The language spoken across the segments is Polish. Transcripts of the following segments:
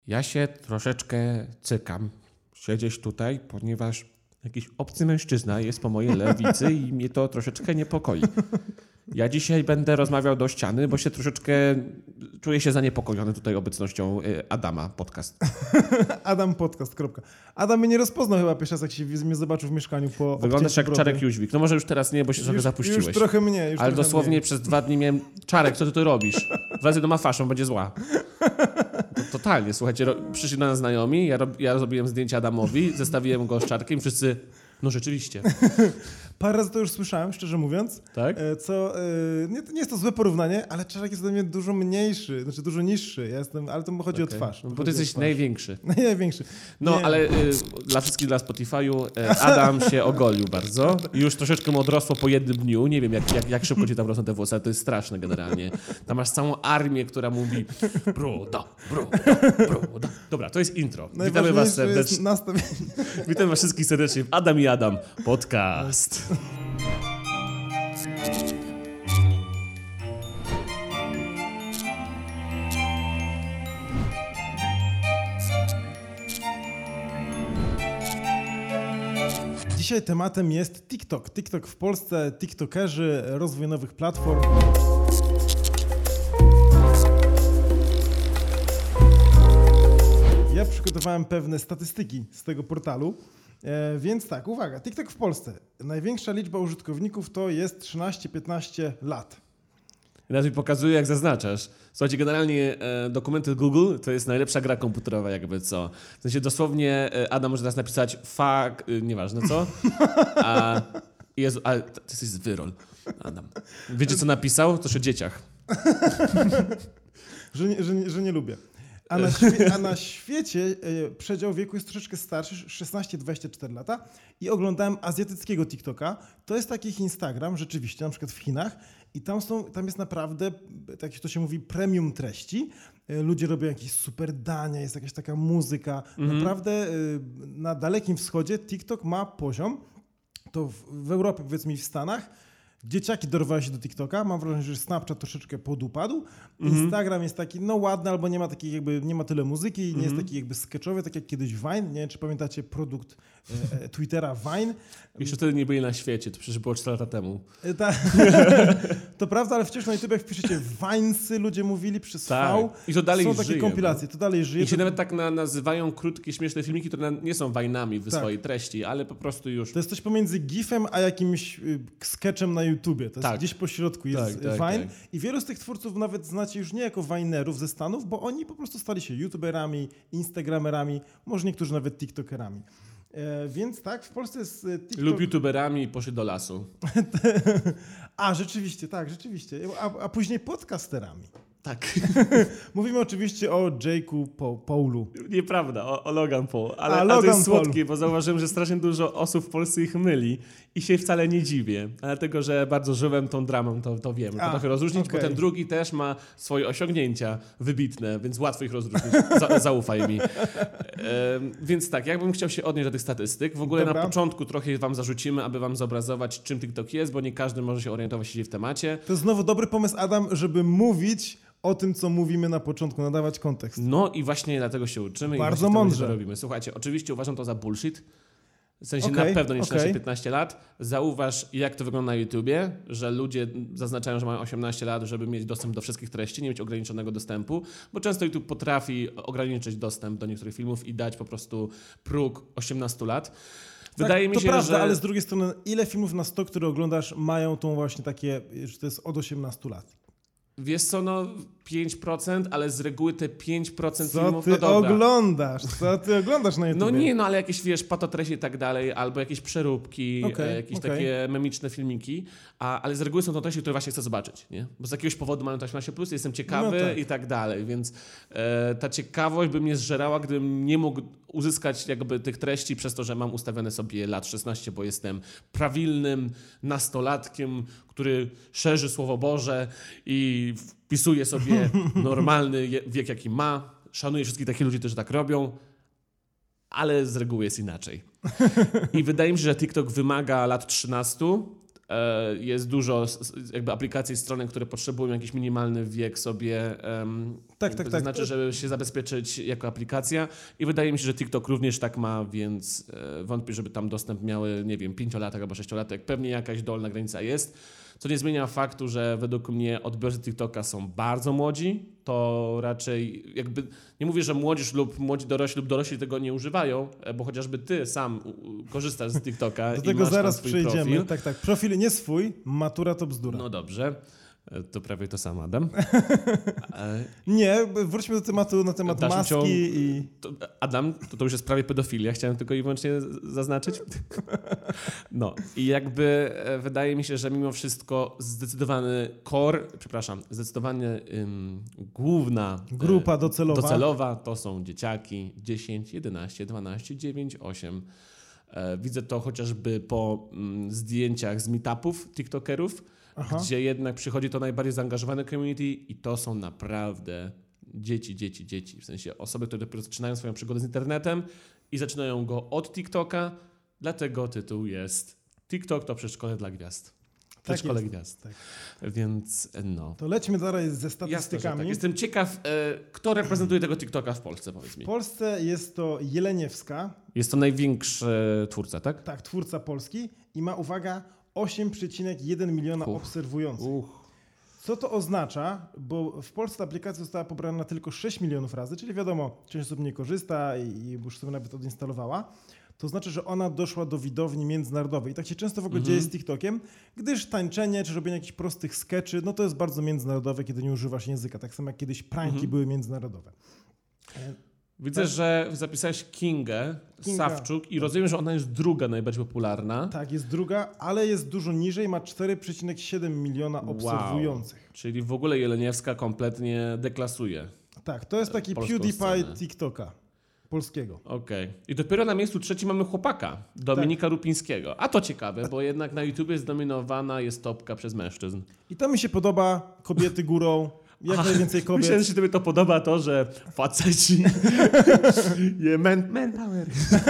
Ja się troszeczkę cykam siedzieć tutaj, ponieważ jakiś obcy mężczyzna jest po mojej lewicy i mnie to troszeczkę niepokoi. Ja dzisiaj będę rozmawiał do ściany, bo się troszeczkę czuję się zaniepokojony tutaj obecnością Adama Podcast. Adam Podcast, kropka. Adam mnie nie rozpoznał chyba pierwszy raz, jak się mnie zobaczył w mieszkaniu po Wyglądasz jak Czarek Jóźwik. No może już teraz nie, bo się trochę zapuściłeś. Już trochę mniej. Ale dosłownie przez 2 dni miałem... Czarek, co ty tu robisz? Wracaj do Mafaszą, będzie zła. Totalnie, słuchajcie, przyszli do nas znajomi, ja zrobiłem zdjęcie Adamowi, zestawiłem go z Czarkiem i wszyscy... No rzeczywiście. Parę razy to już słyszałem, szczerze mówiąc. Tak? Nie jest to złe porównanie, ale Czarek jest ode mnie dużo mniejszy, znaczy dużo niższy. Ale to chodzi o twarz. Bo ty jesteś największy. Największy. No, ale dla wszystkich, dla Spotify'u, Adam się ogolił bardzo. I już troszeczkę mu odrosło po jednym dniu. Nie wiem, jak szybko ci tam rosną te włosy, ale to jest straszne generalnie. Tam masz całą armię, która mówi bruda. Dobra, to jest intro. Witamy was serdecznie. Witam was wszystkich serdecznie w Adam i Adam Podcast. Dzisiaj tematem jest TikTok. TikTok w Polsce, TikTokerzy, rozwój nowych platform. Ja przygotowałem pewne statystyki z tego portalu, więc tak, uwaga, TikTok w Polsce. Największa liczba użytkowników to jest 13-15 lat. Teraz mi pokazuje, jak zaznaczasz. Słuchajcie, generalnie dokumenty Google to jest najlepsza gra komputerowa, jakby co. W sensie dosłownie Adam może teraz napisać nieważne co. Jezu, ale to jest wyrol, Adam. Wiecie, co napisał? Coś o dzieciach. że nie lubię. A na świecie przedział wieku jest troszeczkę starszy, 16-24 lata i oglądałem azjatyckiego TikToka. To jest taki Instagram, rzeczywiście, na przykład w Chinach i tam jest naprawdę, tak to się mówi, premium treści. Ludzie robią jakieś super dania, jest jakaś taka muzyka. Naprawdę na Dalekim Wschodzie TikTok ma poziom, to w Europie, powiedzmy, i w Stanach, dzieciaki dorwały się do TikToka. Mam wrażenie, że Snapchat troszeczkę podupadł. Instagram jest taki, ładny, albo nie ma tyle muzyki, nie jest taki jakby sketchowy, tak jak kiedyś Vine. Nie wiem, czy pamiętacie produkt Twittera Vine. Jeszcze wtedy nie byli na świecie, to przecież było 4 lata temu. To prawda, ale wciąż na YouTube jak wpiszecie Vinesy, ludzie mówili przez tak. V. I to dalej są takie żyje, kompilacje, to dalej żyje. I się nawet tak nazywają krótkie, śmieszne filmiki, które nie są Vine'ami w swojej treści, ale po prostu już... To jest coś pomiędzy GIF-em, a jakimś sketchem na YouTubie. To jest gdzieś po środku jest Vine. Tak. I wielu z tych twórców nawet znacie już nie jako Vinerów ze Stanów, bo oni po prostu stali się YouTuberami, Instagramerami, może niektórzy nawet TikTokerami. Więc tak, w Polsce jest TikTok... Lub YouTuberami poszli do lasu. Rzeczywiście, tak, rzeczywiście. A później podcasterami. Tak. Mówimy oczywiście o Jake'u Paulu. Nieprawda, o Logan Paul. Ale to jest słodkie, bo zauważyłem, że strasznie dużo osób w Polsce ich myli i się wcale nie dziwię. Dlatego, że bardzo żyłem tą dramą, to wiem. Potrafię rozróżnić, bo ten drugi też ma swoje osiągnięcia wybitne, więc łatwo ich rozróżnić. Zaufaj mi. Więc tak, jakbym chciał się odnieść do tych statystyk. W ogóle na początku trochę wam zarzucimy, aby wam zobrazować, czym TikTok jest, bo nie każdy może się orientować się w temacie. To jest znowu dobry pomysł, Adam, żeby mówić o tym, co mówimy na początku, nadawać kontekst. No i właśnie dlatego się uczymy. Bardzo i mądrze. To robimy. Słuchajcie, oczywiście uważam to za bullshit. W sensie na pewno nie 14-15 lat. Zauważ, jak to wygląda na YouTubie, że ludzie zaznaczają, że mają 18 lat, żeby mieć dostęp do wszystkich treści, nie mieć ograniczonego dostępu, bo często YouTube potrafi ograniczyć dostęp do niektórych filmów i dać po prostu próg 18 lat. Wydaje mi się, prawda, że... ale z drugiej strony, ile filmów na 100, które oglądasz, mają tą właśnie takie, że to jest od 18 lat? Wiesz co, 5%, ale z reguły te 5% filmów, Co ty oglądasz? Co ty oglądasz na YouTube? Ale jakieś patotreści i tak dalej, albo jakieś przeróbki, takie memiczne filmiki, ale z reguły są to treści, które właśnie chcę zobaczyć, nie? Bo z jakiegoś powodu mają to 18+, jestem ciekawy i tak dalej, więc ta ciekawość by mnie zżerała, gdybym nie mógł uzyskać jakby tych treści przez to, że mam ustawione sobie lat 16, bo jestem prawilnym nastolatkiem, który szerzy Słowo Boże i wpisuje sobie normalny wiek, jaki ma. Szanuję wszystkich takich ludzi, którzy tak robią, ale z reguły jest inaczej. I wydaje mi się, że TikTok wymaga lat 13, jest dużo jakby aplikacji, strony, które potrzebują jakiś minimalny wiek sobie to znaczy, żeby się zabezpieczyć jako aplikacja i wydaje mi się, że TikTok również tak ma, więc wątpię, żeby tam dostęp miały, nie wiem, 5-latek albo 6-latek. Pewnie jakaś dolna granica jest, co nie zmienia faktu, że według mnie odbiorcy TikToka są bardzo młodzi, to raczej jakby, nie mówię, że młodzież lub dorośli tego nie używają, bo chociażby ty sam korzystasz z TikToka. Do tego zaraz przejdziemy. Profil. Tak. Profil nie swój, matura to bzdura. No dobrze. To prawie to samo, Adam. Nie, wróćmy do tematu na temat maski i... Adam, to już jest prawie pedofilia, chciałem tylko i wyłącznie zaznaczyć. No i jakby wydaje mi się, że mimo wszystko zdecydowanie główna grupa docelowa to są dzieciaki 10, 11, 12, 9, 8. Widzę to chociażby po zdjęciach z meetupów tiktokerów, gdzie jednak przychodzi to najbardziej zaangażowane community i to są naprawdę dzieci. W sensie osoby, które dopiero zaczynają swoją przygodę z internetem i zaczynają go od TikToka, dlatego tytuł jest TikTok to przedszkole dla gwiazd. Przedszkole gwiazd. Tak. Więc no. To lećmy dalej ze statystykami. Tak. Jestem ciekaw, kto reprezentuje tego TikToka w Polsce, powiedz mi. W Polsce jest to Jeleniewska. Jest to największy twórca, tak? Tak, twórca polski i ma, uwaga, 8,1 miliona obserwujących. Co to oznacza? Bo w Polsce ta aplikacja została pobrana tylko 6 milionów razy, czyli wiadomo, część osób nie korzysta i już sobie nawet odinstalowała. To znaczy, że ona doszła do widowni międzynarodowej. I tak się często w ogóle dzieje z TikTokiem, gdyż tańczenie czy robienie jakichś prostych skeczy, no to jest bardzo międzynarodowe, kiedy nie używasz języka. Tak samo jak kiedyś pranki były międzynarodowe. Widzę, że zapisałeś Kingę Sawczuk i rozumiem, że ona jest druga najbardziej popularna. Tak, jest druga, ale jest dużo niżej, ma 4,7 miliona obserwujących. Czyli w ogóle Jeleniewska kompletnie deklasuje. Tak, to jest taki PewDiePie TikToka polskiego. Okej. I dopiero na miejscu trzecim mamy chłopaka, Dominika Rupińskiego. A to ciekawe, bo jednak na YouTubie zdominowana jest topka przez mężczyzn. I to mi się podoba, kobiety górą. Jak najwięcej kobiet. Myślę, że się tobie to podoba to, że faceci man power.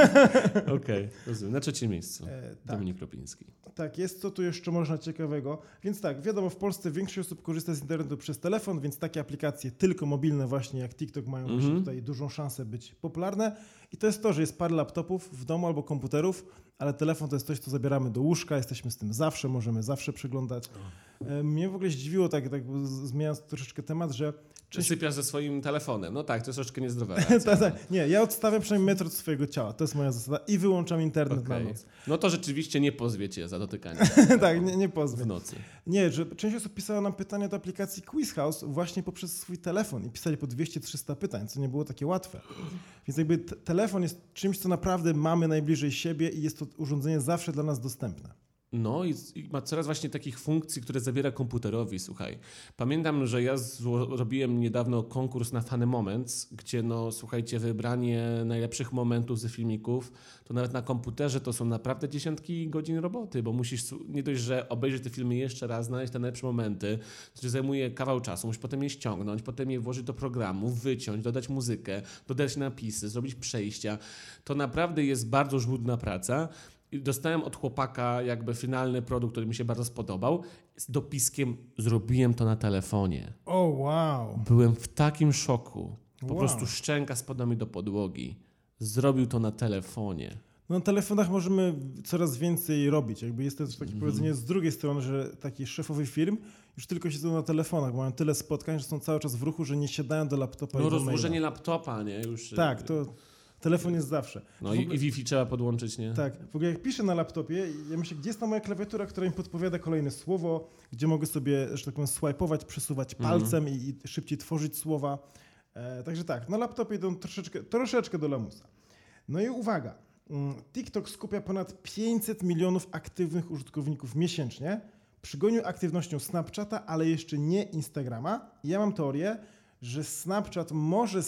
Okej, rozumiem. Na trzecim miejscu Dominik Rupiński. Tak, jest co tu jeszcze można ciekawego. Więc tak, wiadomo, w Polsce większość osób korzysta z internetu przez telefon, więc takie aplikacje tylko mobilne właśnie jak TikTok mają właśnie tutaj dużą szansę być popularne. I to jest to, że jest parę laptopów w domu albo komputerów, ale telefon to jest coś, co zabieramy do łóżka, jesteśmy z tym zawsze, możemy zawsze przeglądać. Mnie w ogóle zdziwiło, tak zmieniając troszeczkę temat, że... Sypiasz ze swoim telefonem. No tak, to jest troszeczkę niezdrowe. Tak. Nie, ja odstawiam przynajmniej metr od swojego ciała. To jest moja zasada. I wyłączam internet na noc. No to rzeczywiście nie pozwie cię za dotykanie. Tak, nie pozwie. W nocy. Nie, że część osób pisała nam pytania do aplikacji Quiz House właśnie poprzez swój telefon i pisali po 200-300 pytań, co nie było takie łatwe. Więc jakby telefon jest czymś, co naprawdę mamy najbliżej siebie i jest to urządzenie zawsze dla nas dostępne. No i ma coraz właśnie takich funkcji, które zabiera komputerowi, słuchaj. Pamiętam, że ja robiłem niedawno konkurs na Funny Moments, gdzie no słuchajcie, wybranie najlepszych momentów ze filmików, to nawet na komputerze to są naprawdę dziesiątki godzin roboty, bo musisz nie dość, że obejrzeć te filmy jeszcze raz, znaleźć te najlepsze momenty, to ci zajmuje kawał czasu, musisz potem je ściągnąć, potem je włożyć do programu, wyciąć, dodać muzykę, dodać napisy, zrobić przejścia. To naprawdę jest bardzo żmudna praca. I dostałem od chłopaka jakby finalny produkt, który mi się bardzo spodobał. Z dopiskiem zrobiłem to na telefonie. Wow. Byłem w takim szoku. Po prostu szczęka spadła mi do podłogi. Zrobił to na telefonie. No na telefonach możemy coraz więcej robić. Jakby jest też takie powiedzenie z drugiej strony, że taki szefowie firm już tylko siedzą na telefonach, mają tyle spotkań, że są cały czas w ruchu, że nie siadają do laptopa. No rozłożenie laptopa, nie? Już... Tak, to... Telefon jest zawsze. No i Wi-Fi trzeba podłączyć, nie? Tak. W ogóle jak piszę na laptopie, ja myślę, gdzie jest ta moja klawiatura, która mi podpowiada kolejne słowo, gdzie mogę sobie, że tak powiem, swipe'ować, przesuwać palcem i szybciej tworzyć słowa. Także tak, na laptopie idą troszeczkę do lamusa. No i uwaga, TikTok skupia ponad 500 milionów aktywnych użytkowników miesięcznie. Przygonił aktywnością Snapchata, ale jeszcze nie Instagrama. I ja mam teorię, że Snapchat może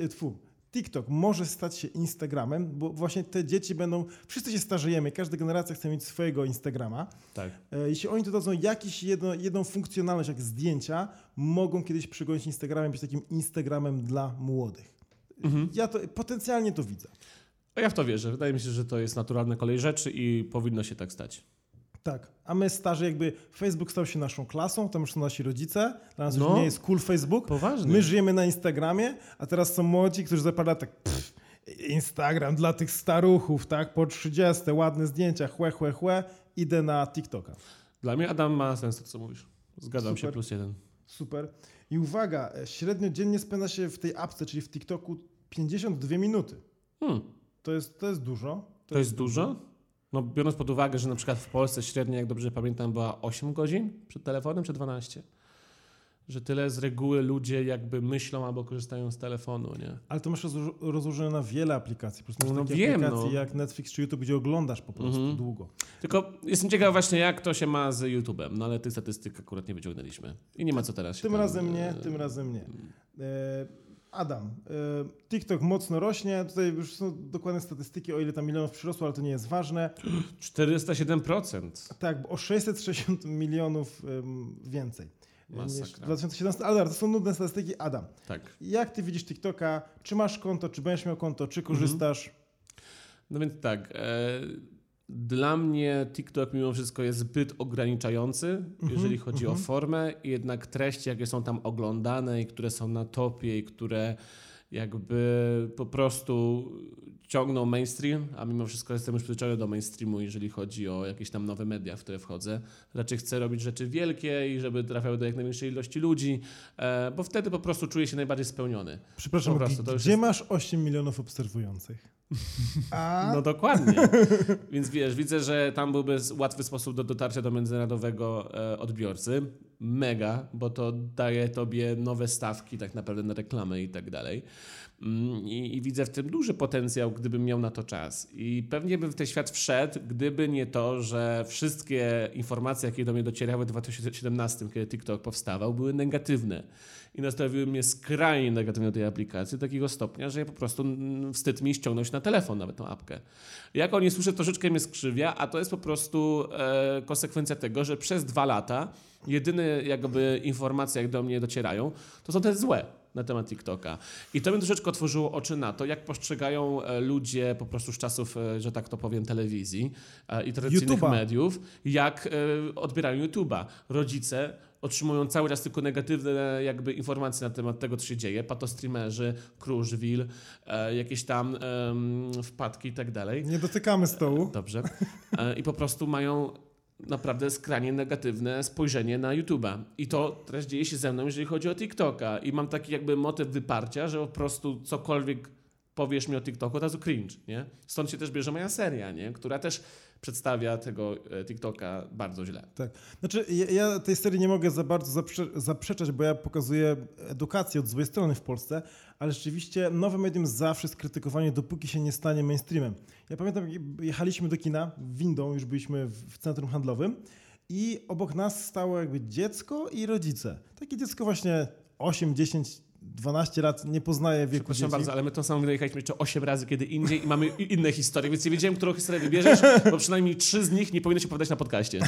TikTok może stać się Instagramem, bo właśnie te dzieci wszyscy się starzejemy, każda generacja chce mieć swojego Instagrama. Tak. Jeśli oni dodadzą jedną funkcjonalność, jak zdjęcia, mogą kiedyś przygonić Instagramem, być takim Instagramem dla młodych. Ja potencjalnie to widzę. Ja w to wierzę. Wydaje mi się, że to jest naturalna kolej rzeczy i powinno się tak stać. Tak, a my starzy jakby Facebook stał się naszą klasą, tam już są nasi rodzice, dla nas już nie jest cool Facebook. Poważnie. My żyjemy na Instagramie, a teraz są młodzi, którzy zapadają tak Instagram dla tych staruchów, tak, po 30, ładne zdjęcia, chłe, idę na TikToka. Dla mnie Adam ma sens, to co mówisz. Zgadzam się, +1. Super. I uwaga, średnio dziennie spędza się w tej apce, czyli w TikToku 52 minuty. To jest dużo. To jest dużo? No, biorąc pod uwagę, że na przykład w Polsce średnio, jak dobrze pamiętam, była 8 godzin przed telefonem, czy 12? Że tyle z reguły ludzie jakby myślą albo korzystają z telefonu, nie? Ale to masz rozłożone na wiele aplikacji. Po prostu masz takie wiem, aplikacje jak Netflix czy YouTube, gdzie oglądasz po prostu długo. Tylko jestem ciekaw właśnie, jak to się ma z YouTube'em, no ale tych statystyk akurat nie wyciągnęliśmy. I nie ma co teraz się Tym razem nie. Adam, TikTok mocno rośnie, tutaj już są dokładne statystyki, o ile tam milionów przyrosło, ale to nie jest ważne. 407%. Tak, o 660 milionów więcej. Masakra. Niż w 2017, ale to są nudne statystyki. Adam, tak. Jak ty widzisz TikToka? Czy masz konto, czy będziesz miał konto, czy korzystasz? No więc tak, dla mnie TikTok mimo wszystko jest zbyt ograniczający, jeżeli chodzi o formę i jednak treści, jakie są tam oglądane i które są na topie i które jakby po prostu ciągną mainstream, a mimo wszystko jestem już przyzwyczajony do mainstreamu, jeżeli chodzi o jakieś tam nowe media, w które wchodzę. Raczej chcę robić rzeczy wielkie i żeby trafiały do jak największej ilości ludzi, bo wtedy po prostu czuję się najbardziej spełniony. Przepraszam, gdzie masz 8 milionów obserwujących? No dokładnie. Więc wiesz, widzę, że tam byłby łatwy sposób do dotarcia do międzynarodowego odbiorcy. Mega, bo to daje tobie nowe stawki tak naprawdę na reklamę i tak dalej. I widzę w tym duży potencjał, gdybym miał na to czas. I pewnie bym w ten świat wszedł, gdyby nie to, że wszystkie informacje, jakie do mnie docierały w 2017, kiedy TikTok powstawał, były negatywne. I nastawiły mnie skrajnie negatywnie do tej aplikacji, do takiego stopnia, że ja po prostu wstyd mi ściągnąć na telefon nawet tą apkę. Jak o niej słyszę, troszeczkę mnie skrzywia, a to jest po prostu konsekwencja tego, że przez 2 lata jedyne jakby informacje, jak do mnie docierają, to są te złe na temat TikToka. I to mi troszeczkę otworzyło oczy na to, jak postrzegają ludzie po prostu z czasów, że tak to powiem, telewizji i tradycyjnych mediów, jak odbierają YouTube'a. Rodzice otrzymują cały czas tylko negatywne jakby informacje na temat tego, co się dzieje. Patostreamerzy, Kruszwil, jakieś tam wpadki i tak dalej. Nie dotykamy stołu. Dobrze. I po prostu mają naprawdę skrajnie negatywne spojrzenie na YouTube'a. I to teraz dzieje się ze mną, jeżeli chodzi o TikToka. I mam taki jakby motyw wyparcia, że po prostu cokolwiek powiesz mi o TikToku, to razu cringe, nie? Stąd się też bierze moja seria, nie? Która też przedstawia tego TikToka bardzo źle. Tak. Znaczy ja tej serii nie mogę za bardzo zaprzeczać, bo ja pokazuję edukację od złej strony w Polsce, ale rzeczywiście nowe medium zawsze jest krytykowanie, dopóki się nie stanie mainstreamem. Ja pamiętam, jechaliśmy do kina windą, już byliśmy w centrum handlowym i obok nas stało jakby dziecko i rodzice. Takie dziecko właśnie 8, 10, 12 lat, nie poznaje wieku Przepraszam dzieci. bardzo, ale my tą samą jechaliśmy jeszcze 8 razy kiedy indziej i mamy inne historie, więc nie wiedziałem, którą historię wybierzesz, bo przynajmniej 3 z nich nie powinny się opowiadać na podcaście.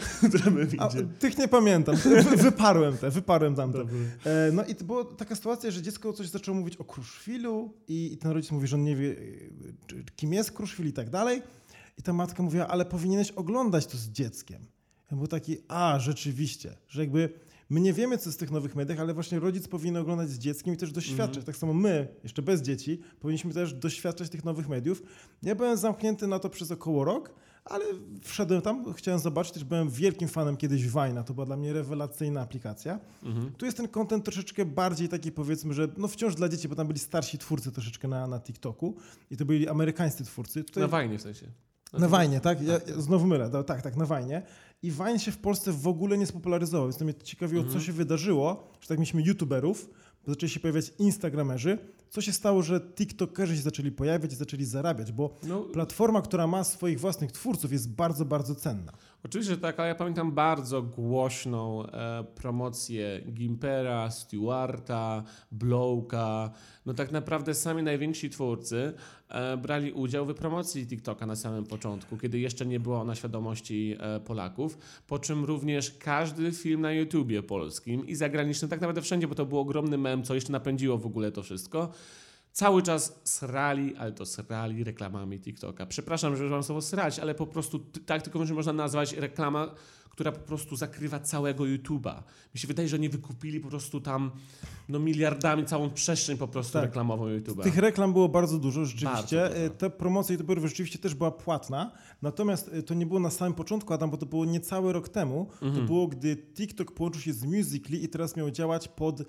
Tych nie pamiętam. Wyparłem tamte. No i to była taka sytuacja, że dziecko coś zaczęło mówić o Kruszwilu i ten rodzic mówi, że on nie wie, kim jest Kruszwil i tak dalej. I ta matka mówiła, ale powinieneś oglądać to z dzieckiem. Ja był taki, rzeczywiście, że jakby my nie wiemy, co jest w tych nowych mediach, ale właśnie rodzic powinien oglądać z dzieckiem i też doświadczać. Tak samo my, jeszcze bez dzieci, powinniśmy też doświadczać tych nowych mediów. Ja byłem zamknięty na to przez około rok, ale wszedłem tam, chciałem zobaczyć, też byłem wielkim fanem kiedyś Vine'a, to była dla mnie rewelacyjna aplikacja. Tu jest ten content troszeczkę bardziej taki, powiedzmy, że no wciąż dla dzieci, bo tam byli starsi twórcy troszeczkę na TikToku i to byli amerykańscy twórcy. Tutaj... Na Vine'ie w sensie. Na Vine'ie, tak? Ja znowu mylę, tak, na Vine'ie. I Vine się w Polsce w ogóle nie spopularyzował, więc to mnie ciekawiło, co się wydarzyło, że tak mieliśmy youtuberów, bo zaczęli się pojawiać instagramerzy. Co się stało, że tiktokerzy się zaczęli pojawiać i zaczęli zarabiać, bo platforma, która ma swoich własnych twórców, jest bardzo, bardzo cenna. Oczywiście, że tak, ale ja pamiętam bardzo głośną promocję Gimpera, Stewarta, Blowka. No tak naprawdę sami najwięksi twórcy brali udział w promocji TikToka na samym początku, kiedy jeszcze nie było na świadomości Polaków, po czym również każdy film na YouTubie polskim i zagranicznym, tak naprawdę wszędzie, bo to był ogromny mem, co jeszcze napędziło w ogóle to wszystko, cały czas srali, ale to srali reklamami TikToka. Przepraszam, że mam słowo srać, ale po prostu tak tylko można nazwać reklama, która po prostu zakrywa całego YouTube'a. Mi się wydaje, że oni wykupili po prostu tam miliardami całą przestrzeń po prostu reklamową YouTube'a. Tych reklam było bardzo dużo, rzeczywiście. Bardzo dużo. Ta promocja YouTuberów rzeczywiście też była płatna, natomiast to nie było na samym początku, Adam, bo to było niecały rok temu. To było, gdy TikTok połączył się z Musical.ly i teraz miał działać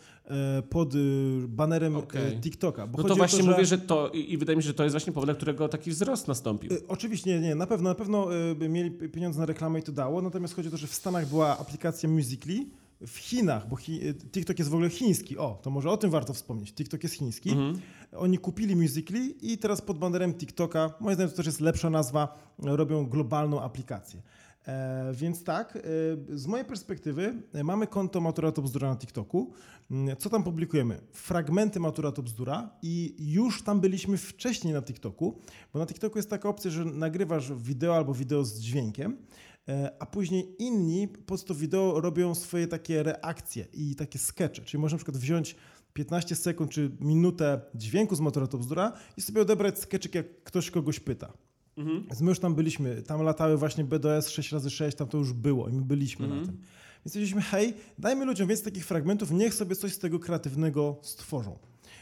pod banerem TikToka. Bo no to właśnie mówię, że to i wydaje mi się, że to jest właśnie powód, dla którego taki wzrost nastąpił. Oczywiście nie, na pewno mieli pieniądze na reklamę i to dało, natomiast chodzi o to, że w Stanach była aplikacja Musical.ly, w Chinach, bo TikTok jest w ogóle chiński. To może o tym warto wspomnieć. TikTok jest chiński. Oni kupili Musical.ly i teraz pod banerem TikToka, moim zdaniem to też jest lepsza nazwa, robią globalną aplikację. Więc tak, z mojej perspektywy mamy konto Matura to Bzdura na TikToku. Co tam publikujemy? Fragmenty Matura to Bzdura i już tam byliśmy wcześniej na TikToku, bo na TikToku jest taka opcja, że nagrywasz wideo albo wideo z dźwiękiem, a później inni pod to wideo robią swoje takie reakcje i takie skecze. Czyli można na przykład wziąć 15 sekund czy minutę dźwięku z Matura to Bzdura i sobie odebrać skeczyk, jak ktoś kogoś pyta. Więc my już tam byliśmy, tam latały właśnie BDS 6x6, tam to już było i my byliśmy na tym. Więc powiedzieliśmy, hej, dajmy ludziom więcej takich fragmentów, niech sobie coś z tego kreatywnego stworzą.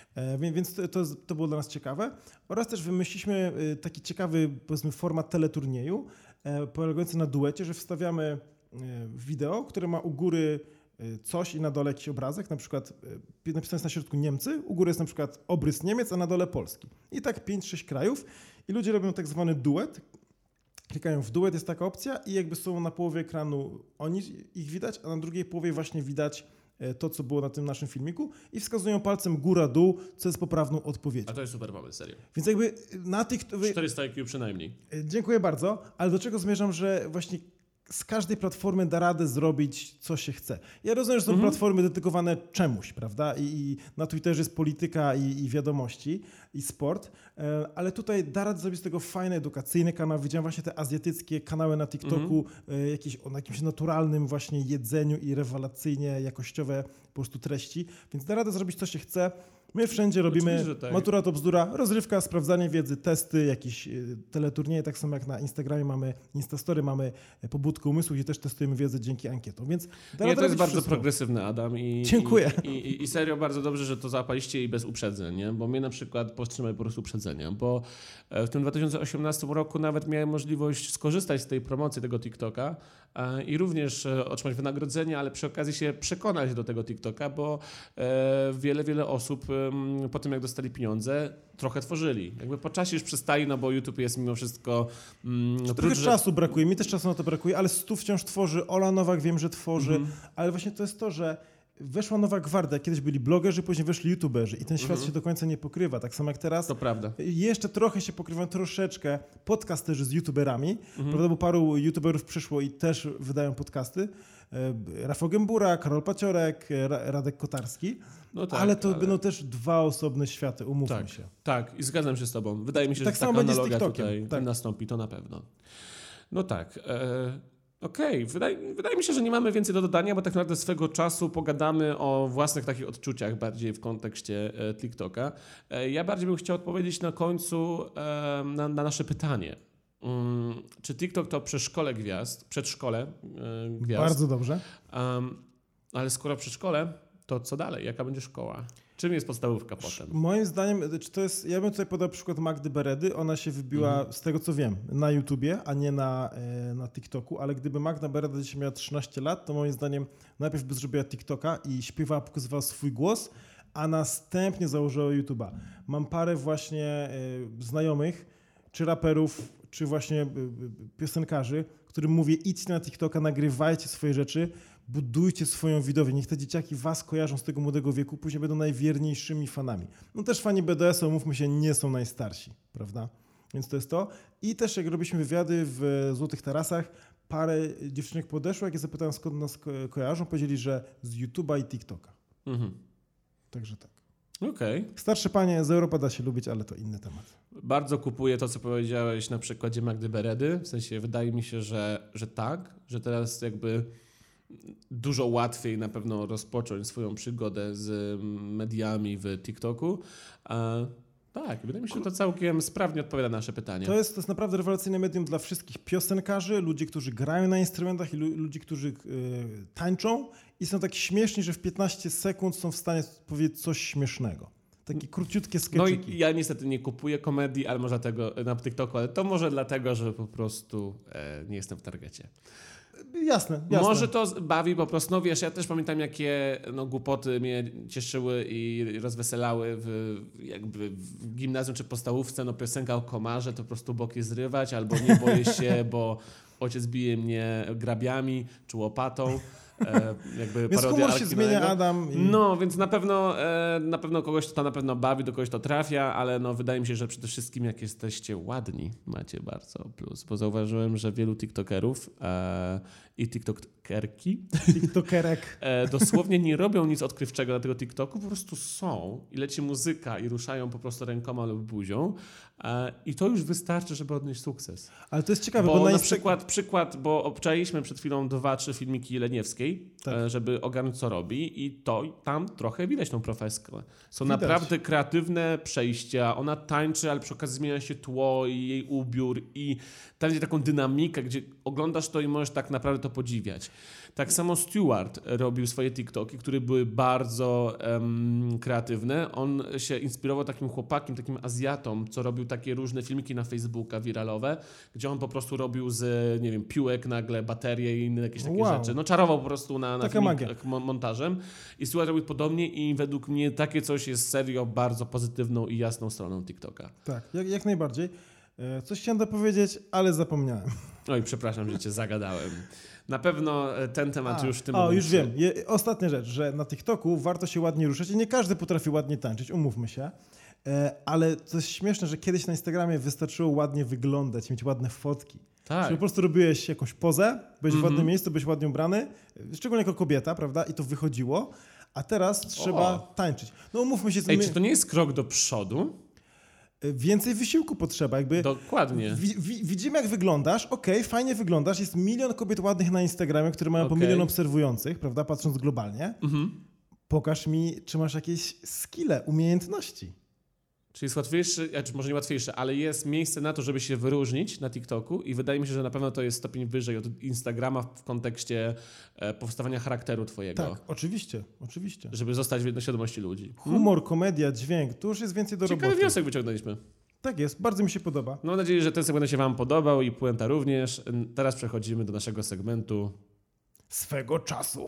Więc to było dla nas ciekawe. Oraz też wymyśliliśmy taki ciekawy, powiedzmy, format teleturnieju, polegający na duecie, że wstawiamy wideo, które ma u góry coś i na dole jakiś obrazek, na przykład napisane jest na środku Niemcy, u góry jest na przykład obrys Niemiec, a na dole Polski. I tak 5-6 krajów i ludzie robią tak zwany duet, klikają w duet, jest taka opcja i jakby są na połowie ekranu ich widać, a na drugiej połowie właśnie widać to, co było na tym naszym filmiku i wskazują palcem góra-dół, co jest poprawną odpowiedzią. A to jest super pomysł, serio. Więc jakby na tych... 400 IQ przynajmniej. Dziękuję bardzo, ale do czego zmierzam, że właśnie z każdej platformy da radę zrobić, co się chce. Ja rozumiem, że są platformy dedykowane czemuś, prawda? I na Twitterze jest polityka i wiadomości i sport, ale tutaj da radę zrobić z tego fajny, edukacyjny kanał. Widziałem właśnie te azjatyckie kanały na TikToku, jakieś o jakimś naturalnym właśnie jedzeniu i rewelacyjnie jakościowe po prostu treści, więc da radę zrobić, co się chce. My wszędzie robimy Matura to Bzdura, rozrywka, sprawdzanie wiedzy, testy, jakieś teleturnieje, tak samo jak na Instagramie mamy Instastory, mamy Pobudkę Umysłu, gdzie też testujemy wiedzę dzięki ankietom, więc to jest bardzo progresywny, Adam. Dziękuję. I serio bardzo dobrze, że to zapaliście i bez uprzedzeń, nie? Bo mnie na przykład powstrzymały po prostu uprzedzenia, bo w tym 2018 roku nawet miałem możliwość skorzystać z tej promocji tego TikToka i również otrzymać wynagrodzenie, ale przy okazji się przekonać do tego TikToka, bo wiele osób po tym, jak dostali pieniądze, trochę tworzyli. Jakby po czasie już przestali, no bo YouTube jest mimo wszystko... Trochę czasu brakuje, mi też czasu na to brakuje, ale Stu wciąż tworzy, Ola Nowak wiem, że tworzy, ale właśnie to jest to, że weszła nowa gwardia. Kiedyś byli blogerzy, później weszli youtuberzy i ten świat się do końca nie pokrywa. Tak samo jak teraz. To prawda. Jeszcze trochę się pokrywają, troszeczkę podcasterzy z youtuberami, prawda, bo paru youtuberów przyszło i też wydają podcasty. Rafał Gębura, Karol Paciorek, Radek Kotarski. No tak, ale to będą też dwa osobne światy, umówmy się. Tak, i zgadzam się z tobą. Wydaje mi się, tak że taka analogia tutaj tak nastąpi, to na pewno. No tak. Okej. Wydaje mi się, że nie mamy więcej do dodania, bo tak naprawdę swego czasu pogadamy o własnych takich odczuciach bardziej w kontekście TikToka. Ja bardziej bym chciał odpowiedzieć na końcu na nasze pytanie. Czy TikTok to przedszkole gwiazd? Bardzo dobrze. Ale skoro przedszkole, to co dalej? Jaka będzie szkoła? Czym jest podstawówka potem? Moim zdaniem, ja bym tutaj podał przykład Magdy Beredy. Ona się wybiła, z tego co wiem, na YouTubie, a nie na TikToku, ale gdyby Magda Bereda dzisiaj miała 13 lat, to moim zdaniem najpierw by zrobiła TikToka i śpiewała, pokazywała swój głos, a następnie założyła YouTube'a. Mam parę właśnie znajomych, czy raperów, czy właśnie piosenkarzy, którym mówię, idźcie na TikToka, nagrywajcie swoje rzeczy, budujcie swoją widownię. Niech te dzieciaki was kojarzą z tego młodego wieku, później będą najwierniejszymi fanami. No też fani BDS-u, mówmy się, nie są najstarsi, prawda? Więc to jest to. I też jak robiliśmy wywiady w Złotych Tarasach, parę dziewczynek podeszło, jak je zapytałem, skąd nas kojarzą, powiedzieli, że z YouTube'a i TikToka. Także tak. Okay. Starsze panie z Europy da się lubić, ale to inny temat. Bardzo kupuję to, co powiedziałeś na przykładzie Magdy Beredy. W sensie wydaje mi się, że tak, że teraz jakby dużo łatwiej na pewno rozpocząć swoją przygodę z mediami w TikToku. Tak, wydaje mi się, że to całkiem sprawnie odpowiada na nasze pytanie. To jest naprawdę rewelacyjne medium dla wszystkich piosenkarzy, ludzi, którzy grają na instrumentach i ludzi, którzy tańczą i są tak śmieszni, że w 15 sekund są w stanie powiedzieć coś śmiesznego. Takie króciutkie skeczyki. No i ja niestety nie kupuję komedii, ale może dlatego na TikToku, ale to może dlatego, że po prostu nie jestem w targecie. Jasne. Może to bawi po prostu, no wiesz, ja też pamiętam, jakie głupoty mnie cieszyły i rozweselały jakby w gimnazjum czy podstawówce, piosenka o komarze, to po prostu boki zrywać, albo nie boję się, bo ojciec bije mnie grabiami czy łopatą. Jakby więc humor się zmienia, Adam. No, więc na pewno kogoś to na pewno bawi, do kogoś to trafia, ale wydaje mi się, że przede wszystkim jak jesteście ładni, macie bardzo plus, bo zauważyłem, że wielu tiktokerów i tiktokerki dosłownie nie robią nic odkrywczego na tego TikToku, po prostu są i leci muzyka i ruszają po prostu rękoma lub buzią i to już wystarczy, żeby odnieść sukces. Ale to jest ciekawe, bo na przykład, bo obczaliśmy przed chwilą 2-3 filmiki Jeleniewskiej, tak, żeby ogarnąć, co robi i tam trochę widać tą profeskę. Są widać. naprawdę kreatywne przejścia, ona tańczy, ale przy okazji zmienia się tło i jej ubiór i tam jest taką dynamikę, gdzie oglądasz to i możesz tak naprawdę to podziwiać. Tak samo Stewart robił swoje TikToki, które były bardzo kreatywne. On się inspirował takim chłopakiem, takim Azjatą, co robił takie różne filmiki na Facebooka wiralowe, gdzie on po prostu robił z, nie wiem, piłek nagle baterie i inne jakieś takie rzeczy. No czarował po prostu na filmik, montażem. I Stewart robił podobnie i według mnie takie coś jest serio bardzo pozytywną i jasną stroną TikToka. Tak, jak najbardziej. Coś chciałem dopowiedzieć, ale zapomniałem. Oj, przepraszam, że cię zagadałem. Na pewno ten temat już w tym momencie... już wiem. Ostatnia rzecz, że na TikToku warto się ładnie ruszać i nie każdy potrafi ładnie tańczyć, umówmy się. Ale to jest śmieszne, że kiedyś na Instagramie wystarczyło ładnie wyglądać, mieć ładne fotki. Tak. Czyli po prostu robiłeś jakąś pozę, byłeś w ładnym miejscu, byłeś ładnie ubrany, szczególnie jako kobieta, prawda? I to wychodziło. A teraz trzeba tańczyć. No umówmy się... Czy to nie jest krok do przodu? Więcej wysiłku potrzeba. Jakby dokładnie. Widzimy, jak wyglądasz. Fajnie wyglądasz. Jest 1 milion kobiet ładnych na Instagramie, które mają po 1 milion obserwujących, prawda? Patrząc globalnie. Pokaż mi, czy masz jakieś skille, umiejętności. Czyli jest łatwiejszy, czy może nie łatwiejszy, ale jest miejsce na to, żeby się wyróżnić na TikToku i wydaje mi się, że na pewno to jest stopień wyżej od Instagrama w kontekście powstawania charakteru twojego. Tak, oczywiście. Żeby zostać w świadomości ludzi. Humor, komedia, dźwięk, tu już jest więcej do roboty. Ciekawy wniosek wyciągnęliśmy. Tak jest, bardzo mi się podoba. Mam nadzieję, że ten segment się wam podobał i puenta również. Teraz przechodzimy do naszego segmentu Swego czasu.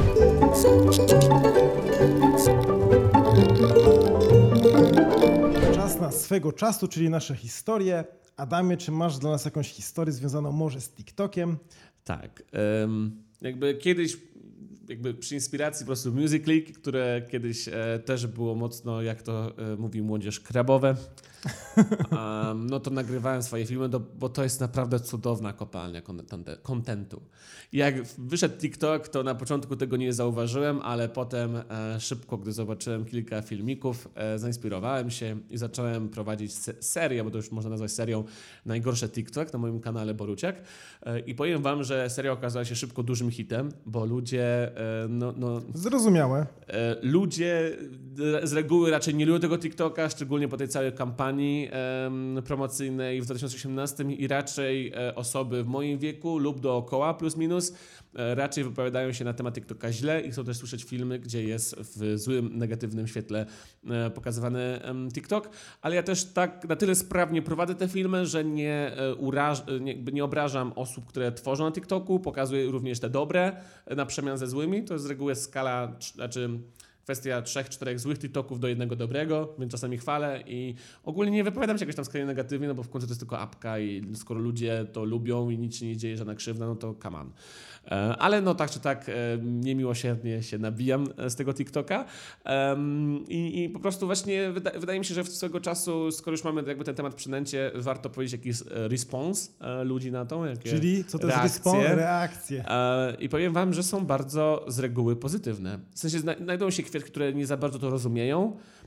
Czas na swego czasu, czyli nasze historie. Adamie, czy masz dla nas jakąś historię związaną może z TikTokiem? Tak. Jakby kiedyś przy inspiracji po prostu Musical.ly, które kiedyś też było mocno, jak to mówi młodzież, krabowe, no to nagrywałem swoje filmy, bo to jest naprawdę cudowna kopalnia kontentu. Jak wyszedł TikTok, to na początku tego nie zauważyłem, ale potem szybko, gdy zobaczyłem kilka filmików, zainspirowałem się i zacząłem prowadzić serię, bo to już można nazwać serią Najgorsze TikTok na moim kanale Boruciak. I powiem wam, że seria okazała się szybko dużym hitem, bo ludzie... Zrozumiałe. Ludzie z reguły raczej nie lubią tego TikToka, szczególnie po tej całej kampanii promocyjnej w 2018 i raczej osoby w moim wieku lub dookoła plus minus raczej wypowiadają się na temat TikToka źle i chcą też słyszeć filmy, gdzie jest w złym, negatywnym świetle pokazywany TikTok, ale ja też tak na tyle sprawnie prowadzę te filmy, że nie obrażam osób, które tworzą na TikToku, pokazuję również te dobre na przemian ze złymi. To jest z reguły skala, kwestia 3-4 złych TikToków do jednego dobrego, więc czasami chwalę i ogólnie nie wypowiadam się jakoś tam skrajnie negatywnie, no bo w końcu to jest tylko apka i skoro ludzie to lubią i nic się nie dzieje, żadna krzywda, no to come on. Ale no tak czy tak niemiłosiernie się nabijam z tego TikToka i po prostu właśnie wydaje mi się, że w swego czasu, skoro już mamy jakby ten temat przynęcie, warto powiedzieć jaki jest response ludzi na to. Czyli co to jest response? Reakcje. I powiem wam, że są bardzo z reguły pozytywne. W sensie znajdą się kwiatki, które nie za bardzo to rozumieją,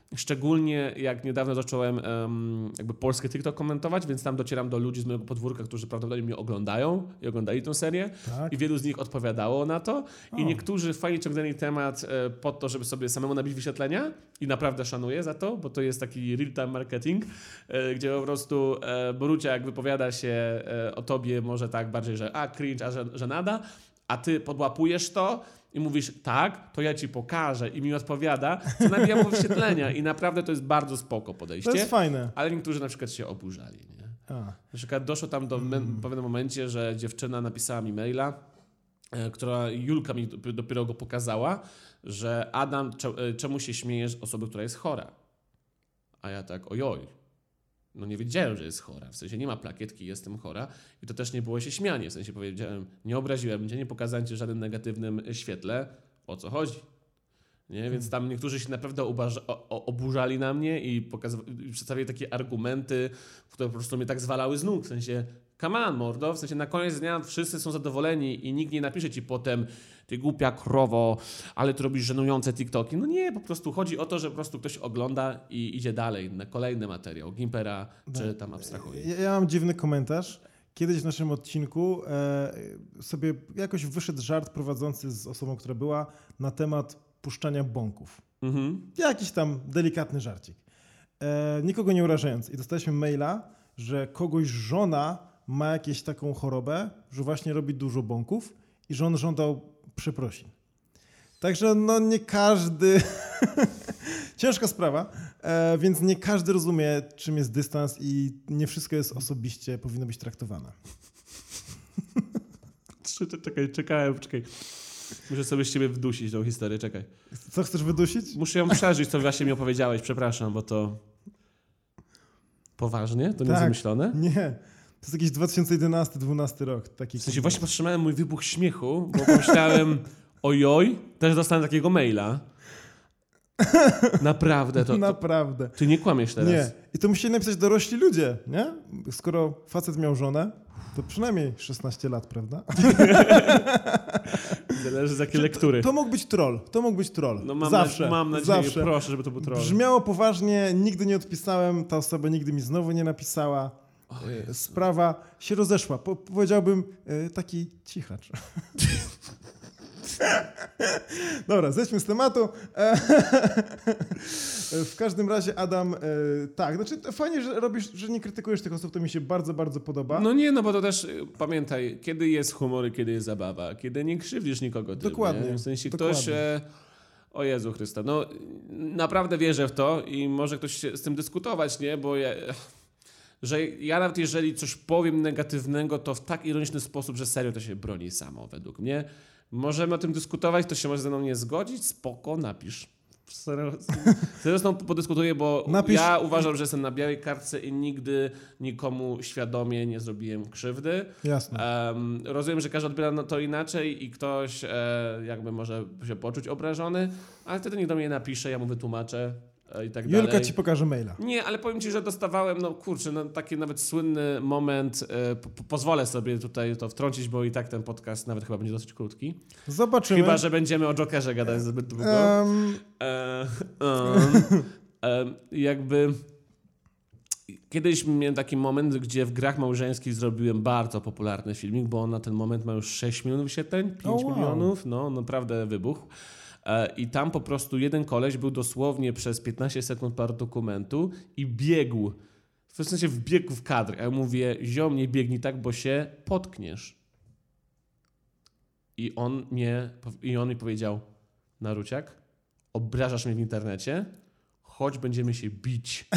Szczególnie jak niedawno zacząłem jakby polski TikTok komentować, więc tam docieram do ludzi z mojego podwórka, którzy prawdopodobnie mnie oglądają i oglądali tę serię. Tak. I wielu z nich odpowiadało na to. I niektórzy fajnie ciągnęli temat po to, żeby sobie samemu nabić wyświetlenia i naprawdę szanuję za to, bo to jest taki real-time marketing, gdzie po prostu Boruciak wypowiada się o tobie może tak bardziej, że cringe, że nada, a ty podłapujesz to i mówisz, tak, to ja ci pokażę i mi odpowiada, co nabija mu wyświetlenia i naprawdę to jest bardzo spoko podejście. To jest fajne. Ale niektórzy na przykład się oburzali. Nie? Na przykład doszło tam do w pewnym momencie, że dziewczyna napisała mi maila, która Julka mi dopiero go pokazała, że Adam, czemu się śmiejesz z osoby, która jest chora? A ja tak, ojoj. No nie wiedziałem, że jest chora. W sensie nie ma plakietki, jestem chora. I to też nie było się śmianie. W sensie powiedziałem, nie obraziłem cię, nie pokazałem cię w żadnym negatywnym świetle. O co chodzi? Nie? Więc tam niektórzy się naprawdę oburzali na mnie i przedstawiali takie argumenty, które po prostu mnie tak zwalały z nóg. W sensie, come on, mordo. W sensie na koniec dnia wszyscy są zadowoleni i nikt nie napisze ci potem, ty głupia krowo, ale ty robisz żenujące TikToki. No nie, po prostu chodzi o to, że po prostu ktoś ogląda i idzie dalej na kolejny materiał, Gimpera czy tam abstrahuje. Ja mam dziwny komentarz. Kiedyś w naszym odcinku sobie jakoś wyszedł żart prowadzący z osobą, która była na temat puszczania bąków. Jakiś tam delikatny żarcik. Nikogo nie urażając. I dostaliśmy maila, że kogoś żona ma jakąś taką chorobę, że właśnie robi dużo bąków i że on żądał przeprosin. Także no nie każdy... Ciężka sprawa, więc nie każdy rozumie, czym jest dystans i nie wszystko jest osobiście, powinno być traktowane. Czekaj. Muszę sobie z ciebie wdusić tą historię, czekaj. Co chcesz wydusić? Muszę ją przeżyć, co właśnie mi opowiedziałeś, przepraszam, bo to... Poważnie? To nie jest wymyślone? Nie. To jest jakiś 2011-2012 rok. Taki w sensie właśnie powstrzymałem mój wybuch śmiechu, bo pomyślałem, ojoj, też dostałem takiego maila. Naprawdę to... Naprawdę. Ty nie kłamiesz teraz. Nie. I to musieli napisać dorośli ludzie, nie? Skoro facet miał żonę, to przynajmniej 16 lat, prawda? Zależy z jakiej lektury. To mógł być troll. No mam nadzieję, zawsze. Proszę, żeby to był troll. Brzmiało poważnie, nigdy nie odpisałem, ta osoba nigdy mi znowu nie napisała. Sprawa się rozeszła. Powiedziałbym taki cichacz. Dobra, zejdźmy z tematu. W każdym razie, Adam, tak, znaczy fajnie, że robisz, że nie krytykujesz tych osób, to mi się bardzo, bardzo podoba. No nie, no bo to też pamiętaj, kiedy jest humor i kiedy jest zabawa, kiedy nie krzywdzisz nikogo tym. Dokładnie. Nie? W sensie dokładnie. ktoś... O Jezu Chrysta, no naprawdę wierzę w to i może ktoś się z tym dyskutować, nie? Bo że ja nawet jeżeli coś powiem negatywnego, to w tak ironiczny sposób, że serio to się broni samo według mnie. Możemy o tym dyskutować, ktoś się może ze mną nie zgodzić, spoko, napisz. Serio z tą podyskutuję, bo ja uważam, że jestem na białej kartce i nigdy nikomu świadomie nie zrobiłem krzywdy. Jasne. Rozumiem, że każdy odbiera to inaczej i ktoś jakby może się poczuć obrażony, ale wtedy niech do mnie napisze, ja mu wytłumaczę. I tak Julka dalej. ci pokaże maila. Nie, ale powiem ci, że dostawałem, taki nawet słynny moment, pozwolę sobie tutaj to wtrącić, bo i tak ten podcast nawet chyba będzie dosyć krótki. Zobaczymy. Chyba, że będziemy o Jokerze gadać zbyt długo. Jakby kiedyś miałem taki moment, gdzie w grach małżeńskich zrobiłem bardzo popularny filmik, bo on na ten moment ma już 6 milionów wyświetleń, 5 milionów, no naprawdę wybuchł. I tam po prostu jeden koleś był dosłownie przez 15 sekund par dokumentu i biegł. W sensie wbiegł w kadr. A ja mówię, ziom, nie biegnij tak, bo się potkniesz. I on mi powiedział, Naruciak, obrażasz mnie w internecie, chodź będziemy się bić.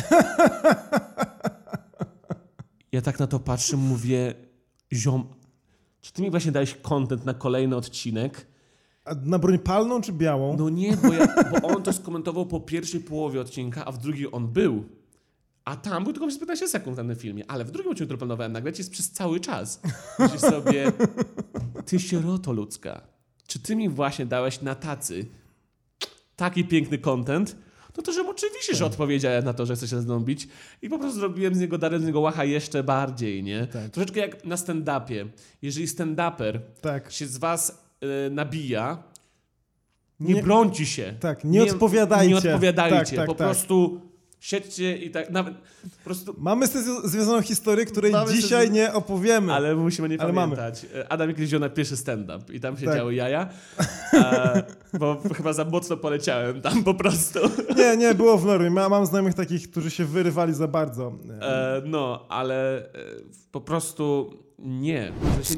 Ja tak na to patrzę, mówię, ziom, czy ty mi właśnie dałeś content na kolejny odcinek? A na broń palną czy białą? No nie, bo on to skomentował po pierwszej połowie odcinka, a w drugiej on był. A tam był tylko przez 15 sekund na tym filmie. Ale w drugim odcinku, który planowałem nagrać, jest przez cały czas. Myślisz sobie, ty sieroto ludzka, czy ty mi właśnie dałeś na tacy taki piękny content? No to, że oczywiście, że odpowiedziałem na to, że chcę się ze mną bić i po prostu zrobiłem z niego, darem z niego łacha jeszcze bardziej, nie? Tak. Troszeczkę jak na stand-upie. Jeżeli stand-uper się z was nabija, nie brońcie się. Tak, nie odpowiadajcie. Nie odpowiadajcie, tak, po prostu siedźcie i tak nawet po prostu... Mamy z tym związaną historię, której dzisiaj nie opowiemy. Ale musimy nie pamiętać. Adam kiedyś wziął na pierwszy stand-up i tam się działy jaja, bo chyba za mocno poleciałem tam po prostu. Nie, było w normie. Mam znajomych takich, którzy się wyrywali za bardzo. Ale po prostu nie.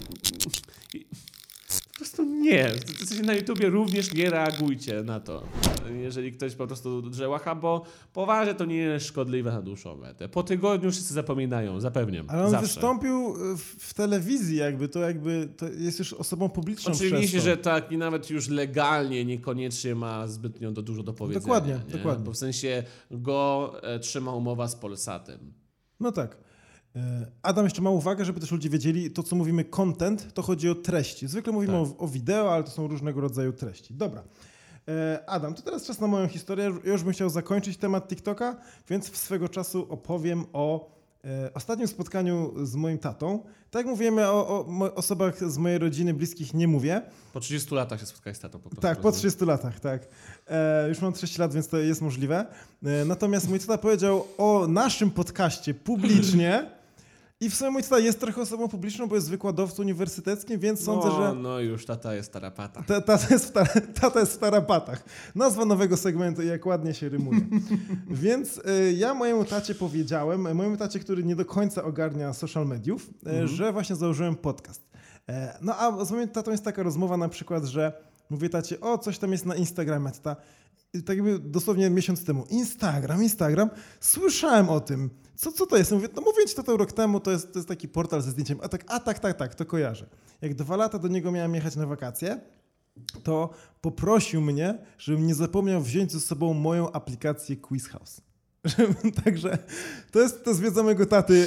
Po prostu nie. W sensie na YouTubie również nie reagujcie na to. Jeżeli ktoś po prostu drzełacha, bo poważnie to nie jest szkodliwe na dłuższą metę. Po tygodniu wszyscy zapominają, zapewniam. Ale on zawsze. wystąpił w telewizji to jest już osobą publiczną. Oczywiście, że tak i nawet już legalnie niekoniecznie ma zbytnio dużo do powiedzenia. Dokładnie. Bo w sensie go trzyma umowa z Polsatem. No tak. Adam jeszcze ma uwagę, żeby też ludzie wiedzieli, to co mówimy content, to chodzi o treści. Zwykle mówimy o wideo, ale to są różnego rodzaju treści. Dobra. Adam, to teraz czas na moją historię. Ja już bym chciał zakończyć temat TikToka, więc swego czasu opowiem o ostatnim spotkaniu z moim tatą. Tak jak mówimy o osobach z mojej rodziny, bliskich nie mówię. Po 30 latach się spotkałeś z tatą po prostu. Tak, po 30 latach, tak. Już mam 30 lat, więc to jest możliwe. Natomiast mój tata powiedział o naszym podcaście publicznie. I w sumie mój tata jest trochę osobą publiczną, bo jest wykładowcą uniwersyteckim, więc sądzę, że... No już tata jest w tarapatach. Tata jest w tarapatach. Nazwa nowego segmentu, jak ładnie się rymuje. Więc ja mojemu tacie powiedziałem, który nie do końca ogarnia social mediów, że właśnie założyłem podcast. No a z moim tatą jest taka rozmowa na przykład, że mówię tacie, coś tam jest na Instagramie, tata. Tak jakby dosłownie miesiąc temu. Instagram, słyszałem o tym. Co to jest? Mówię ci to rok temu, to jest taki portal ze zdjęciem. Tak, to kojarzę. Jak 2 lata do niego miałem jechać na wakacje, to poprosił mnie, żebym nie zapomniał wziąć ze sobą moją aplikację Quiz House. Także to jest wiedza mojego taty.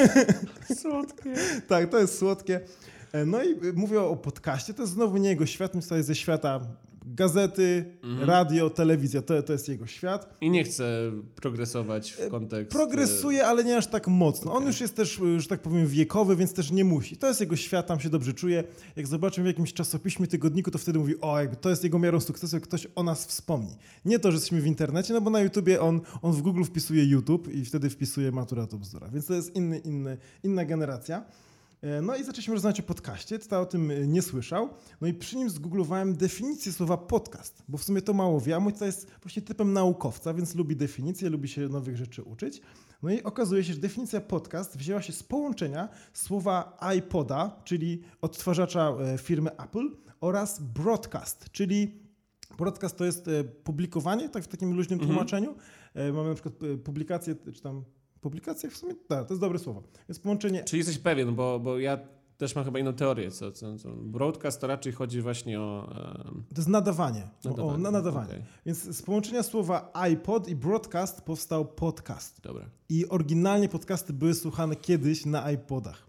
Słodkie. Tak, to jest słodkie. No i mówię o podcaście, to jest znowu nie jego świat, myślę, jest ze świata gazety, radio, telewizja, to jest jego świat. I nie chce progresować w kontekst... Progresuje, ale nie aż tak mocno. Okay. On już jest też, że tak powiem, wiekowy, więc też nie musi. To jest jego świat, tam się dobrze czuje. Jak zobaczymy w jakimś czasopiśmie, tygodniku, to wtedy mówi, jakby to jest jego miarą sukcesu, jak ktoś o nas wspomni. Nie to, że jesteśmy w internecie, no bo na YouTubie on w Google wpisuje YouTube i wtedy wpisuje Matura to bzdura. Więc to jest inna generacja. No i zaczęliśmy rozmawiać o podcaście, tata o tym nie słyszał. No i przy nim zgooglowałem definicję słowa podcast, bo w sumie to mało wie, a mój tata jest właśnie typem naukowca, więc lubi definicje, lubi się nowych rzeczy uczyć. No i okazuje się, że definicja podcast wzięła się z połączenia słowa iPoda, czyli odtwarzacza firmy Apple, oraz broadcast, czyli broadcast to jest publikowanie, tak w takim luźnym tłumaczeniu. Mamy na przykład publikację, czy tam publikacje w sumie? Tak, to jest dobre słowo. Więc połączenie... Czyli jesteś pewien, bo ja też mam chyba inną teorię. Broadcast to raczej chodzi właśnie o... To jest nadawanie. Nadawanie. Okay. Więc z połączenia słowa iPod i broadcast powstał podcast. Dobra. I oryginalnie podcasty były słuchane kiedyś na iPodach.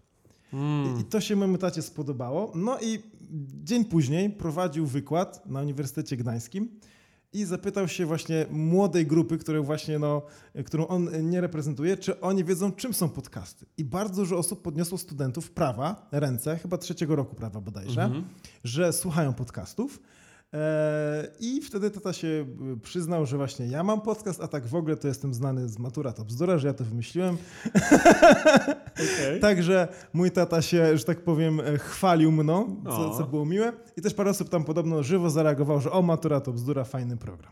I to się mojemu tacie spodobało. No i dzień później prowadził wykład na Uniwersytecie Gdańskim i zapytał się właśnie młodej grupy, którą on nie reprezentuje, czy oni wiedzą, czym są podcasty. I bardzo dużo osób podniosło studentów prawa, ręce, chyba 3. roku prawa bodajże, że słuchają podcastów. I wtedy tata się przyznał, że właśnie ja mam podcast, a tak w ogóle to jestem znany z Matura to bzdura, że ja to wymyśliłem. Okay. Także mój tata się, że tak powiem, chwalił mną, co było miłe. I też parę osób tam podobno żywo zareagowało, że Matura to bzdura, fajny program.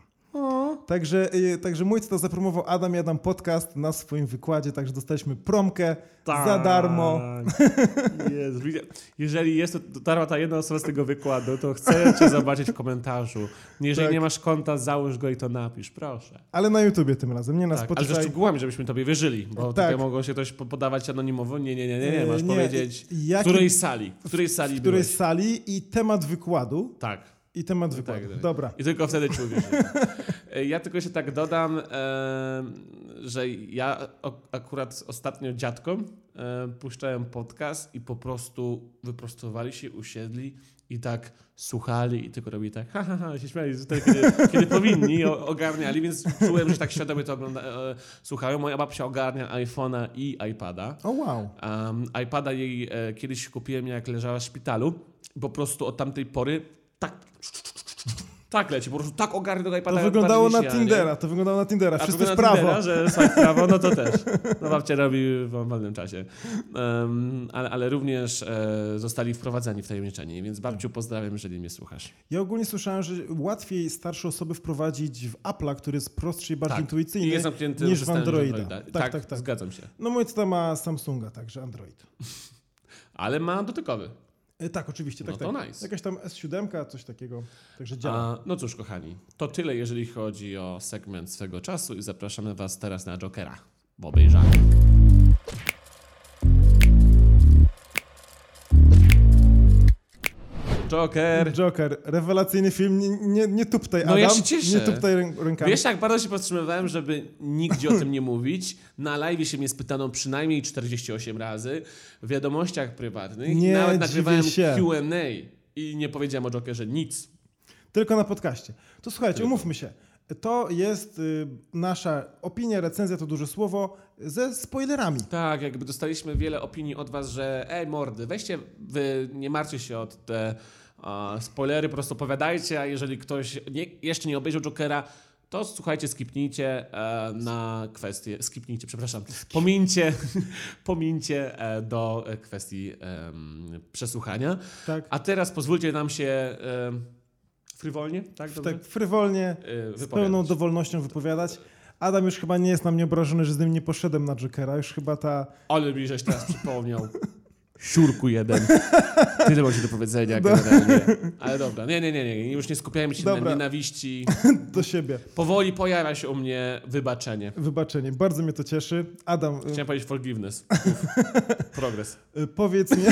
Także mój tata zapromował Adam podcast na swoim wykładzie, także dostaliśmy promkę za darmo. Jezu. Jeżeli jest to dotarła ta jedna osoba z tego wykładu, to chcę cię zobaczyć w komentarzu. Jeżeli nie masz konta, załóż go i to napisz, proszę. Ale na YouTubie tym razem, nie na Spotify. Ale ze szczegółami, żebyśmy tobie wierzyli, bo tutaj mogło się ktoś podawać anonimowo. Nie, masz powiedzieć, w której sali i temat wykładu. Tak. I temat wykładu. Tak. Dobra. I tylko wtedy ci uwierzę. Ja tylko się tak dodam, że ja akurat ostatnio dziadkom puszczałem podcast i po prostu wyprostowali się, usiedli i tak słuchali i tylko robili tak się śmiali, kiedy powinni, ogarniali, więc czułem, że tak świadomie to słuchają. Moja babcia ogarnia iPhone'a i iPada. Wow. iPada jej kiedyś kupiłem, jak leżała w szpitalu. Po prostu od tamtej pory Tak leci, po prostu tak ogarnął do iPada. To wyglądało na Tindera, wszyscy w prawo. Tindera, że swipe w prawo, no to też. No babcia robi w wolnym czasie. Ale również zostali wprowadzeni w tajemniczenie, więc babciu pozdrawiam, jeżeli mnie słuchasz. Ja ogólnie słyszałem, że łatwiej starsze osoby wprowadzić w Apple'a, który jest prostszy i bardziej intuicyjny, niż w Androida. Tak, zgadzam się. No mój tata ma Samsunga, także Android. Ale ma dotykowy. Tak, oczywiście. No to nice. Jakaś tam S7, coś takiego, także działa. No cóż, kochani, to tyle, jeżeli chodzi o segment swego czasu i zapraszamy was teraz na Jokera w obejrzaniu. Joker, rewelacyjny film, nie tuptaj, Adam. No ja się cieszę. Nie tuptaj rękami. Wiesz, jak bardzo się powstrzymywałem, żeby nigdzie o tym nie mówić. Na live się mnie spytano przynajmniej 48 razy. W wiadomościach prywatnych. Nie nawet nagrywałem się. Q&A i nie powiedziałem o Jokerze nic. Tylko na podcaście. To słuchajcie, umówmy się. To jest nasza opinia, recenzja to duże słowo, ze spoilerami. Tak, jakby dostaliśmy wiele opinii od was, że mordy, weźcie, wy nie martwcie się o te spoilery, po prostu opowiadajcie, a jeżeli ktoś jeszcze nie obejrzał Jokera, to słuchajcie, skipnijcie na kwestię, pomińcie do kwestii przesłuchania. Tak. A teraz pozwólcie nam się frywolnie, tak? Tak, frywolnie, z pełną dowolnością wypowiadać. Adam już chyba nie jest na mnie obrażony, że z nim nie poszedłem na Jokera, już chyba ta... Ale mi żeś teraz przypomniał. Siurku jeden. Tyle mam ci do powiedzenia generalnie. Ale dobra, nie. Już nie skupiajmy się na nienawiści. Do siebie. Powoli pojawia się u mnie wybaczenie. Bardzo mnie to cieszy. Adam... Chciałem powiedzieć forgiveness. Progres. Powiedz mi...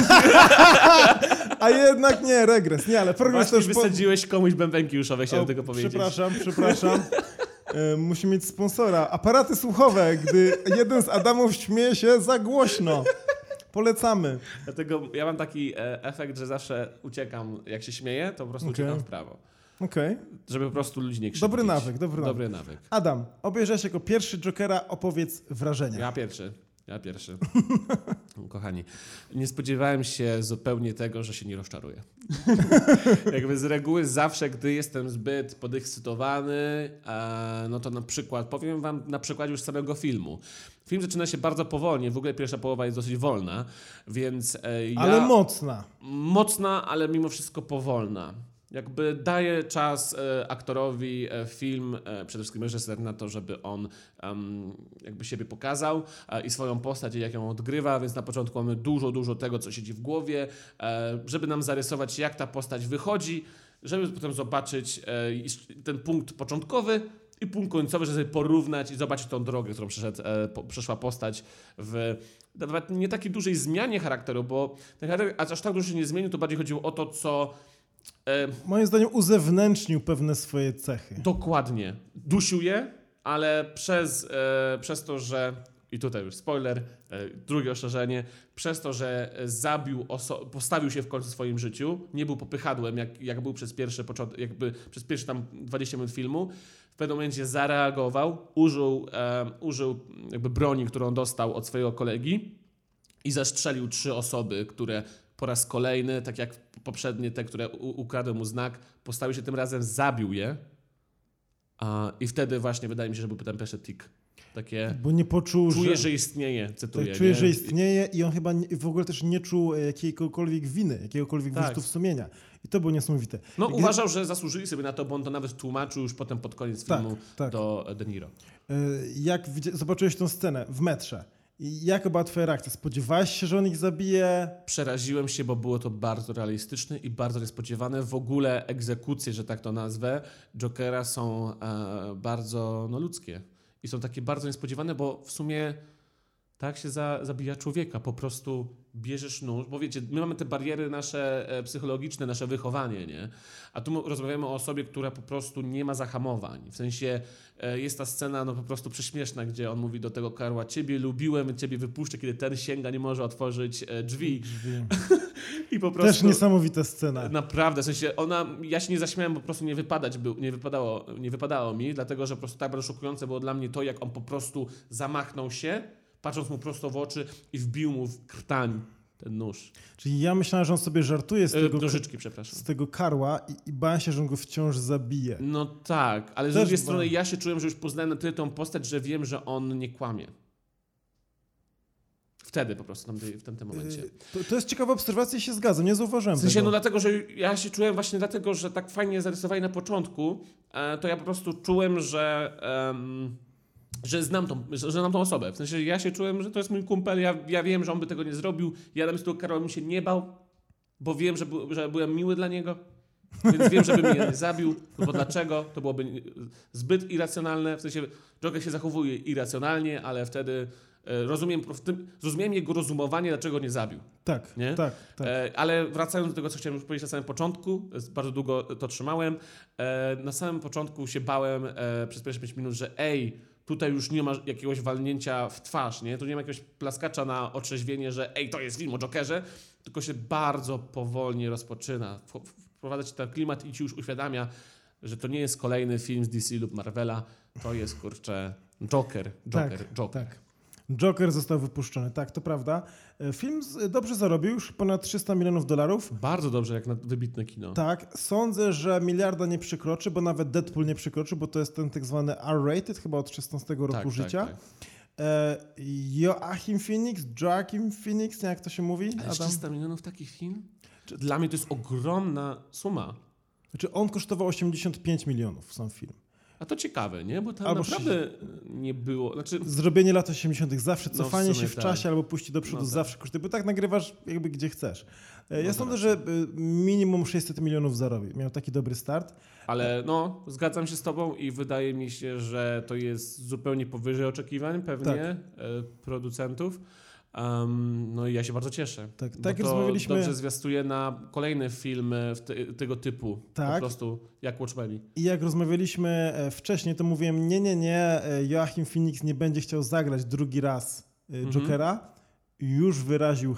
A jednak nie, regres. Nie, ale progres właśnie też... wysadziłeś komuś bębenki uszowe, chciałem tego powiedzieć. Przepraszam. Musi mieć sponsora. Aparaty słuchowe, gdy jeden z Adamów śmieje się za głośno. Polecamy. Dlatego ja mam taki efekt, że zawsze uciekam, jak się śmieję, to po prostu uciekam w prawo. Żeby po prostu ludzi nie krzywdzić. Dobry nawyk. Adam, obejrzałeś jako pierwszy Jokera, opowiedz wrażenia. Ja pierwszy. Kochani, nie spodziewałem się zupełnie tego, że się nie rozczaruję. Jakby z reguły zawsze, gdy jestem zbyt podekscytowany, no to na przykład, powiem wam na przykładzie już samego filmu. Film zaczyna się bardzo powolnie, w ogóle pierwsza połowa jest dosyć wolna, więc ale mocna. Mocna, ale mimo wszystko powolna. Jakby daje czas aktorowi, film, przede wszystkim reżyser na to, żeby on jakby siebie pokazał i swoją postać, jak ją odgrywa, więc na początku mamy dużo tego, co siedzi w głowie, żeby nam zarysować, jak ta postać wychodzi, żeby potem zobaczyć ten punkt początkowy i punkt końcowy, żeby sobie porównać i zobaczyć tą drogę, którą przeszła postać w nawet nie takiej dużej zmianie charakteru, bo ten charakter aż tak dużo się nie zmienił, to bardziej chodziło o to, co moim zdaniem uzewnętrznił pewne swoje cechy. Dokładnie. Dusił je, ale przez to, że i tutaj już spoiler, drugie ostrzeżenie, przez to, że postawił się w końcu w swoim życiu, nie był popychadłem, jak był przez pierwsze tam 20 minut filmu, w pewnym momencie zareagował, użył jakby broni, którą dostał od swojego kolegi i zastrzelił 3 osoby, które po raz kolejny, tak jak poprzednie te, które ukradły mu znak, postawił się tym razem, zabił je i wtedy właśnie wydaje mi się, że był potem pierwszy tik. Takie, bo nie poczuł, czuje, że istnieje, cytuję. Tak, czuje, że istnieje i on chyba w ogóle też nie czuł jakiejkolwiek winy, jakiegokolwiek wyrzutów sumienia. I to było niesamowite. No uważał, że zasłużyli sobie na to, bo on to nawet tłumaczył już potem pod koniec filmu do De Niro. Jak zobaczyłeś tę scenę w metrze, jaka była twoja reakcja? Spodziewałeś się, że on ich zabije? Przeraziłem się, bo było to bardzo realistyczne i bardzo niespodziewane. W ogóle egzekucje, że tak to nazwę, Jokera są bardzo ludzkie. I są takie bardzo niespodziewane, bo w sumie tak się zabija człowieka. Po prostu bierzesz nóż, bo wiecie, my mamy te bariery nasze psychologiczne, nasze wychowanie, nie? A tu rozmawiamy o osobie, która po prostu nie ma zahamowań. W sensie jest ta scena po prostu prześmieszna, gdzie on mówi do tego Karła, ciebie lubiłem, ciebie wypuszczę, kiedy ten sięga, nie może otworzyć drzwi. I po prostu, też niesamowita scena. Naprawdę, w sensie ja się nie zaśmiałem, bo po prostu nie wypadało mi, dlatego że po prostu tak bardzo szokujące było dla mnie to, jak on po prostu zamachnął się, patrząc mu prosto w oczy i wbił mu w krtań. ten nóż. Czyli ja myślałem, że on sobie żartuje z tego, nożyczki, przepraszam. Z tego karła i bałem się, że on go wciąż zabije. No tak, ale z drugiej strony ja się czułem, że już poznałem na tyle tą postać, że wiem, że on nie kłamie. Wtedy po prostu, w tamtym momencie. To jest ciekawa obserwacja i się zgadzam, nie zauważyłem w sensie, tego. No dlatego, że ja się czułem właśnie dlatego, że tak fajnie zarysowali na początku, to ja po prostu czułem, że znam tą osobę. W sensie ja się czułem, że to jest mój kumpel, ja wiem, że on by tego nie zrobił. Ja z tego Karola bym się nie bał, bo wiem, że byłem miły dla niego. Więc wiem, żeby mnie nie zabił. No bo dlaczego? To byłoby zbyt irracjonalne. W sensie Joker się zachowuje irracjonalnie, ale wtedy zrozumiałem jego rozumowanie, dlaczego nie zabił. Tak, nie? tak. Ale wracając do tego, co chciałem już powiedzieć na samym początku, bardzo długo to trzymałem. Na samym początku się bałem przez pierwsze 5 minut, że tutaj już nie ma jakiegoś walnięcia w twarz, nie? Tu nie ma jakiegoś plaskacza na otrzeźwienie, że to jest film o Jokerze, tylko się bardzo powolnie rozpoczyna. Wprowadza ci ten klimat i ci już uświadamia, że to nie jest kolejny film z DC lub Marvela, to jest, Joker. Tak. Joker został wypuszczony, tak, to prawda. Film dobrze zarobił, już ponad $300 milionów. Bardzo dobrze, jak na wybitne kino. Tak, sądzę, że miliarda nie przekroczy, bo nawet Deadpool nie przekroczy, bo to jest ten tak zwany R-rated, chyba od 16 roku życia. Tak. Joaquin Phoenix, nie jak to się mówi? Ale 300 milionów taki film? Dla mnie to jest ogromna suma. Znaczy on kosztował 85 milionów, sam film. A to ciekawe, nie? Bo tam naprawdę nie było... Zrobienie lat 80. zawsze, cofanie się w czasie albo pójście do przodu zawsze kosztuje, bo tak nagrywasz jakby gdzie chcesz. Ja sądzę, że minimum 600 milionów zarobił. Miał taki dobry start. Ale zgadzam się z tobą i wydaje mi się, że to jest zupełnie powyżej oczekiwań pewnie producentów. No i ja się bardzo cieszę. Tak jak rozmawialiśmy. Dobrze zwiastuje na kolejne filmy tego typu. Tak. Po prostu jak Watchmeni. I jak rozmawialiśmy wcześniej, to mówiłem, nie, Joaquin Phoenix nie będzie chciał zagrać drugi raz Jokera. Już wyraził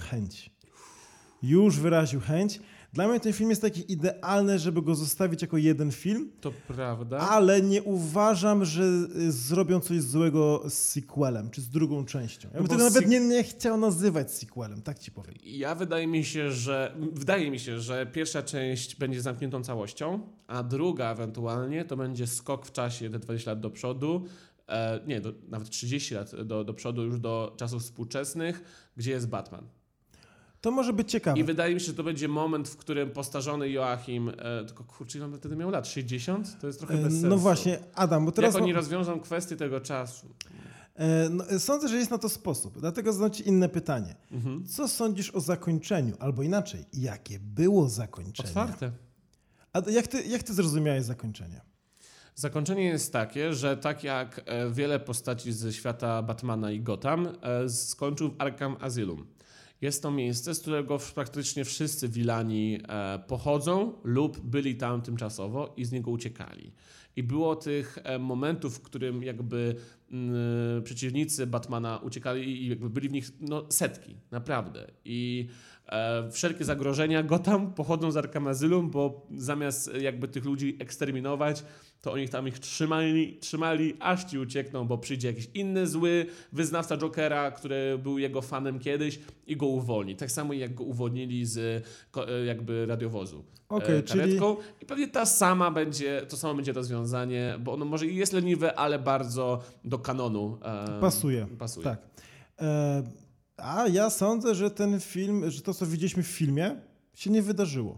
chęć. Dla mnie ten film jest taki idealny, żeby go zostawić jako jeden film. To prawda. Ale nie uważam, że zrobią coś złego z sequelem, czy z drugą częścią. Ja bym tego nawet nie chciał nazywać sequelem, tak ci powiem. Wydaje mi się, że pierwsza część będzie zamkniętą całością, a druga ewentualnie to będzie skok w czasie te 20 lat do przodu. Nawet 30 lat do przodu, już do czasów współczesnych, gdzie jest Batman. To może być ciekawe. I wydaje mi się, że to będzie moment, w którym postarzony Joachim, tylko ile on wtedy miał lat? 60? To jest trochę bez sensu. No właśnie, Adam, bo teraz... Jak oni rozwiążą kwestię tego czasu? Sądzę, że jest na to sposób. Dlatego zadam ci inne pytanie. Co sądzisz o zakończeniu? Albo inaczej, jakie było zakończenie? Otwarte. A jak ty zrozumiałeś zakończenie? Zakończenie jest takie, że tak jak wiele postaci ze świata Batmana i Gotham skończył w Arkham Asylum. Jest to miejsce, z którego praktycznie wszyscy wilani pochodzą lub byli tam tymczasowo i z niego uciekali. I było tych momentów, w którym jakby przeciwnicy Batmana uciekali i jakby byli w nich setki, naprawdę. I wszelkie zagrożenia Gotham pochodzą z Arkham Asylum, bo zamiast jakby tych ludzi eksterminować, to oni tam ich trzymali, aż ci uciekną, bo przyjdzie jakiś inny zły wyznawca Jokera, który był jego fanem kiedyś i go uwolni. Tak samo jak go uwolnili z jakby radiowozu karetką. I pewnie to samo będzie rozwiązanie, bo ono może i jest leniwe, ale bardzo do kanonu pasuje. Tak. A ja sądzę, że ten film, że to co widzieliśmy w filmie się nie wydarzyło.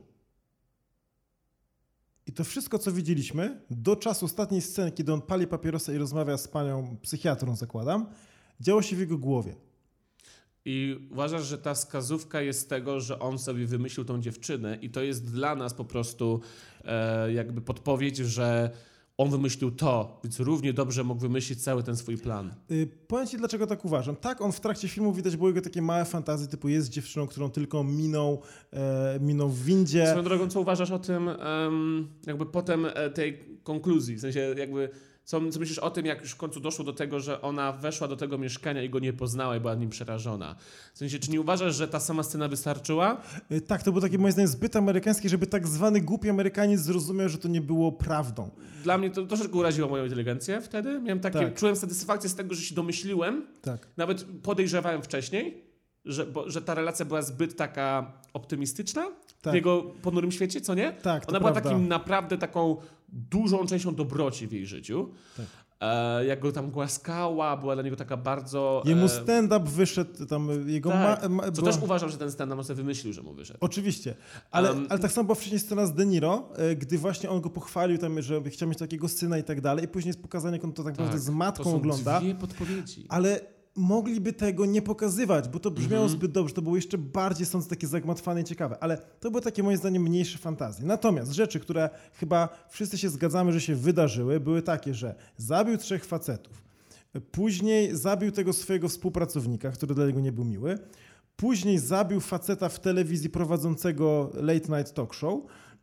I to wszystko, co widzieliśmy, do czasu ostatniej sceny, kiedy on pali papierosa i rozmawia z panią psychiatrą, zakładam, działo się w jego głowie. I uważasz, że ta wskazówka jest tego, że on sobie wymyślił tą dziewczynę i to jest dla nas po prostu jakby podpowiedź, że on wymyślił to, więc równie dobrze mógł wymyślić cały ten swój plan. Powiem ci, dlaczego tak uważam. Tak, on w trakcie filmu widać było jego takie małe fantazje, typu jest dziewczyną, którą tylko minął w windzie. Swoją drogą, co uważasz o tym jakby potem tej konkluzji? W sensie jakby co myślisz o tym, jak już w końcu doszło do tego, że ona weszła do tego mieszkania i go nie poznała i była nim przerażona? W sensie, czy nie uważasz, że ta sama scena wystarczyła? Tak, to było takie moim zdaniem zbyt amerykańskie, żeby tak zwany głupi Amerykaniec zrozumiał, że to nie było prawdą. Dla mnie to troszeczkę uraziło moją inteligencję wtedy. Czułem satysfakcję z tego, że się domyśliłem. Tak. Nawet podejrzewałem wcześniej. że ta relacja była zbyt taka optymistyczna tak. w jego ponurym świecie, co nie? Tak, Ona była naprawdę taką dużą częścią dobroci w jej życiu. Tak. Jak go tam głaskała, była dla niego taka bardzo... Jemu stand-up wyszedł, tam jego... Tak, co też uważam, że ten stand-up sobie wymyślił, że mu wyszedł. Oczywiście, ale tak samo była wcześniej scena z De Niro, gdy właśnie on go pochwalił, tam, że chciał mieć takiego syna i tak dalej, i później jest pokazane, jak on to tak naprawdę z matką ogląda. Dwie podpowiedzi. Ale mogliby tego nie pokazywać, bo to brzmiało zbyt dobrze, to było jeszcze bardziej, sądzę, takie zagmatwane i ciekawe, ale to były takie, moim zdaniem, mniejsze fantazje. Natomiast rzeczy, które chyba wszyscy się zgadzamy, że się wydarzyły, były takie, że zabił 3 facetów, później zabił tego swojego współpracownika, który dla niego nie był miły, później zabił faceta w telewizji prowadzącego late night talk show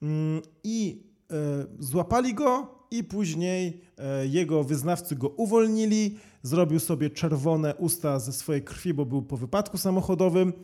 i złapali go i później jego wyznawcy go uwolnili, zrobił sobie czerwone usta ze swojej krwi, bo był po wypadku samochodowym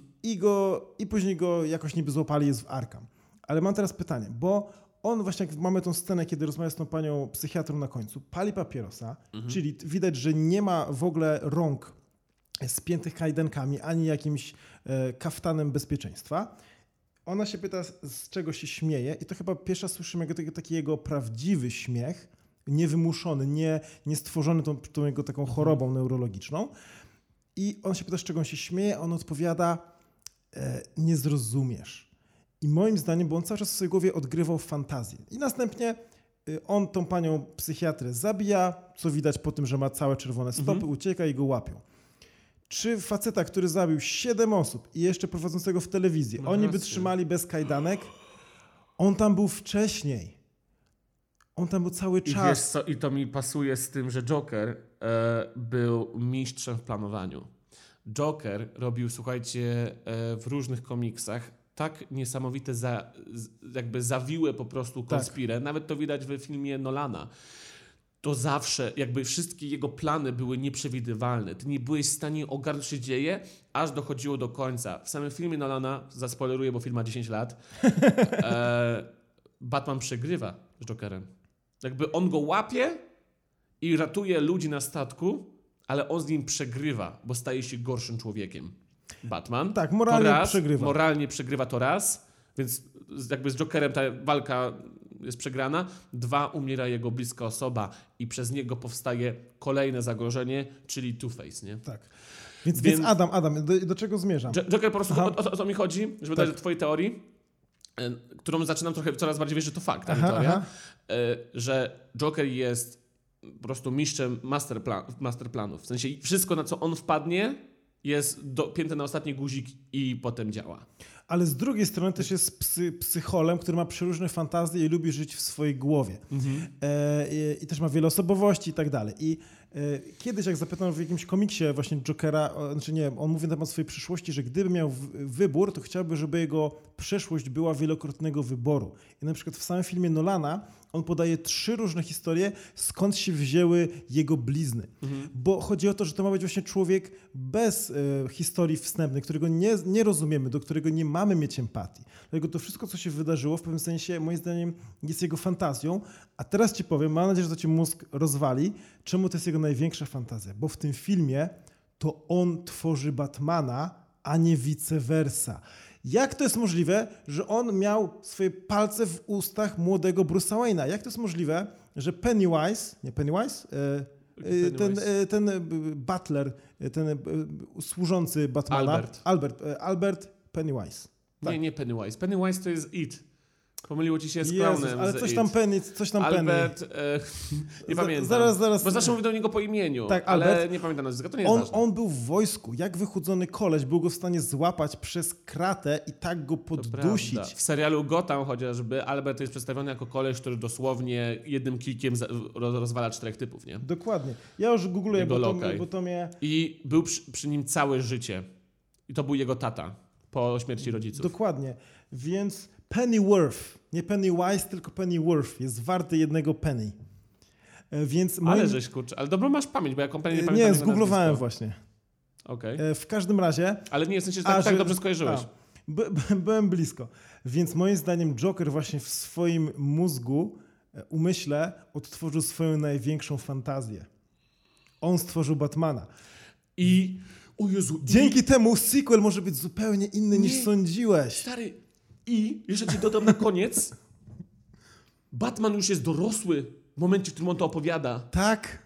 i później go jakoś niby złapali, jest w Arkham. Ale mam teraz pytanie, bo on właśnie, jak mamy tą scenę, kiedy rozmawia z tą panią psychiatrą na końcu, pali papierosa, czyli widać, że nie ma w ogóle rąk spiętych kajdankami, ani jakimś kaftanem bezpieczeństwa. Ona się pyta, z czego się śmieje, i to chyba pierwsza słyszymy taki jego prawdziwy śmiech, niewymuszony, nie stworzony tą jego taką chorobą neurologiczną. I on się pyta, z czego on się śmieje, a on odpowiada, nie zrozumiesz. I moim zdaniem, bo on cały czas w swojej głowie odgrywał fantazję. I następnie on tą panią psychiatrę zabija, co widać po tym, że ma całe czerwone stopy, ucieka i go łapią. Czy faceta, który zabił 7 osób i jeszcze prowadzącego w telewizji, oni by trzymali bez kajdanek? On tam był wcześniej. On tam był cały czas. I wiesz co, i to mi pasuje z tym, że Joker był mistrzem w planowaniu. Joker robił, słuchajcie, w różnych komiksach tak niesamowite, jakby zawiłe po prostu konspirę. Tak. Nawet to widać w filmie Nolana. To zawsze, jakby wszystkie jego plany były nieprzewidywalne. Ty nie byłeś w stanie ogarnąć, co się dzieje, aż dochodziło do końca. W samym filmie Nolana, zaspoileruję, bo film ma 10 lat, Batman przegrywa z Jokerem. Jakby on go łapie i ratuje ludzi na statku, ale on z nim przegrywa, bo staje się gorszym człowiekiem. Batman. Tak, moralnie przegrywa. Moralnie przegrywa to raz, więc jakby z Jokerem ta walka jest przegrana. 2, umiera jego bliska osoba i przez niego powstaje kolejne zagrożenie, czyli Two-Face, nie? Tak. Więc Adam, do czego zmierzam? Joker po prostu, o to mi chodzi, żeby dać do twojej teorii, którą zaczynam trochę coraz bardziej wierzyć, że to fakt, ta teoria, że Joker jest po prostu mistrzem masterplanów. W sensie wszystko, na co on wpadnie, jest dopięte na ostatni guzik i potem działa. Ale z drugiej strony też jest psycholem, który ma przeróżne fantazje i lubi żyć w swojej głowie. I też ma wiele osobowości i tak dalej. I kiedyś, jak zapytałem w jakimś komiksie właśnie Jokera, on mówi na temat swojej przyszłości, że gdyby miał wybór, to chciałby, żeby jego przeszłość była wielokrotnego wyboru. I na przykład w samym filmie Nolana on podaje 3 różne historie, skąd się wzięły jego blizny. Bo chodzi o to, że to ma być właśnie człowiek bez historii wstępnej, którego nie rozumiemy, do którego nie mamy mieć empatii. Dlatego to wszystko, co się wydarzyło, w pewnym sensie, moim zdaniem, jest jego fantazją. A teraz ci powiem, mam nadzieję, że to ci mózg rozwali, czemu to jest jego największa fantazja. Bo w tym filmie to on tworzy Batmana, a nie vice versa. Jak to jest możliwe, że on miał swoje palce w ustach młodego Bruce'a Wayne'a? Jak to jest możliwe, że ten butler, ten służący Batmana, Albert Pennywise. Tak. Nie Pennywise. Pennywise to jest It. Pomyliło ci się z Clownem. Ale coś tam Penny. Albert, nie pamiętam. Zaraz. Bo zawsze mówię do niego po imieniu, tak, ale Albert, nie pamiętam nazwiska, to nie jest ważne. On był w wojsku. Jak wychudzony koleś był go w stanie złapać przez kratę i tak go poddusić. W serialu Gotham chociażby Albert jest przedstawiony jako koleś, który dosłownie jednym klikiem rozwala 4 typów, nie? Dokładnie. Ja już googluję, bo to mnie... I był przy nim całe życie. I to był jego tata po śmierci rodziców. Dokładnie. Więc Pennyworth, nie Pennywise, tylko Pennyworth jest warty 1 penny. Więc ale żeś kurczę, ale dobrą masz pamięć, bo ja kompletnie nie pamiętam. Nie, zgooglowałem właśnie. Okej. W każdym razie... Ale nie, w sensie, że tak dobrze skojarzyłeś. Byłem blisko. Więc moim zdaniem Joker właśnie w swoim mózgu, umyśle, odtworzył swoją największą fantazję. On stworzył Batmana. I O Jezu. Dzięki temu sequel może być zupełnie inny niż sądziłeś. Stary. I jeszcze ci dodam na koniec. Batman już jest dorosły w momencie, w którym on to opowiada. Tak.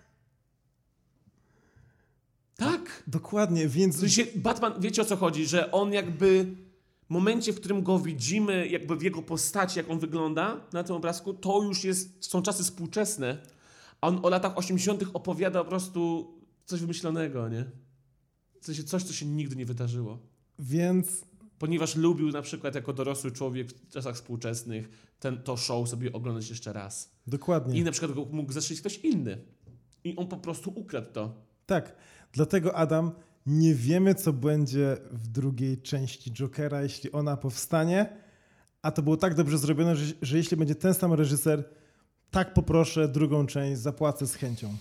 Tak. Dokładnie, więc... Batman, wiecie o co chodzi? Że on jakby w momencie, w którym go widzimy, jakby w jego postaci, jak on wygląda na tym obrazku, to już są czasy współczesne. A on o latach 80. opowiada po prostu coś wymyślonego, nie? W sensie coś, co się nigdy nie wydarzyło. Więc... Ponieważ lubił na przykład jako dorosły człowiek w czasach współczesnych to show sobie oglądać jeszcze raz. Dokładnie. I na przykład go mógł zaszyć ktoś inny. I on po prostu ukradł to. Tak. Dlatego, Adam, nie wiemy, co będzie w drugiej części Jokera, jeśli ona powstanie. A to było tak dobrze zrobione, że jeśli będzie ten sam reżyser, tak poproszę drugą część, zapłacę z chęcią.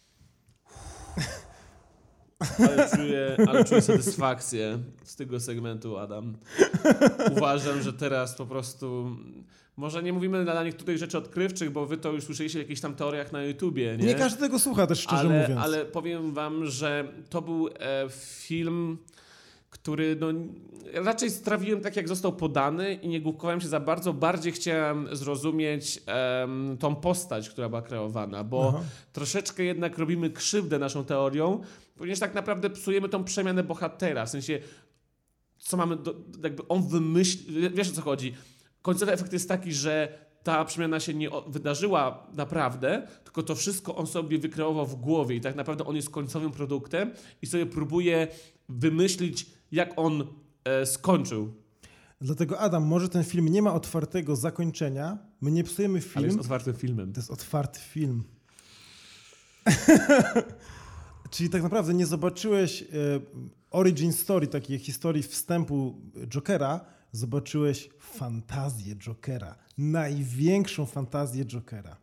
Ale czuję satysfakcję z tego segmentu, Adam. Uważam, że teraz po prostu... Może nie mówimy dla niektórych rzeczy odkrywczych, bo wy to już słyszeliście w jakichś tam teoriach na YouTubie, nie? Nie każdy tego słucha też, szczerze mówiąc. Ale powiem wam, że to był film, który raczej strawiłem tak, jak został podany i nie głupkowałem się za bardzo. Bardziej chciałem zrozumieć tą postać, która była kreowana, bo troszeczkę jednak robimy krzywdę naszą teorią, ponieważ tak naprawdę psujemy tą przemianę bohatera. W sensie, co mamy, jakby on wymyśli... Wiesz, o co chodzi? Końcowy efekt jest taki, że ta przemiana się nie wydarzyła naprawdę, tylko to wszystko on sobie wykreował w głowie i tak naprawdę on jest końcowym produktem i sobie próbuje wymyślić, jak on skończył. Dlatego, Adam, może ten film nie ma otwartego zakończenia, my nie psujemy film. Ale jest otwartym filmem. To jest otwarty film. Czyli tak naprawdę nie zobaczyłeś origin story, takiej historii wstępu Jokera, zobaczyłeś fantazję Jokera. Największą fantazję Jokera.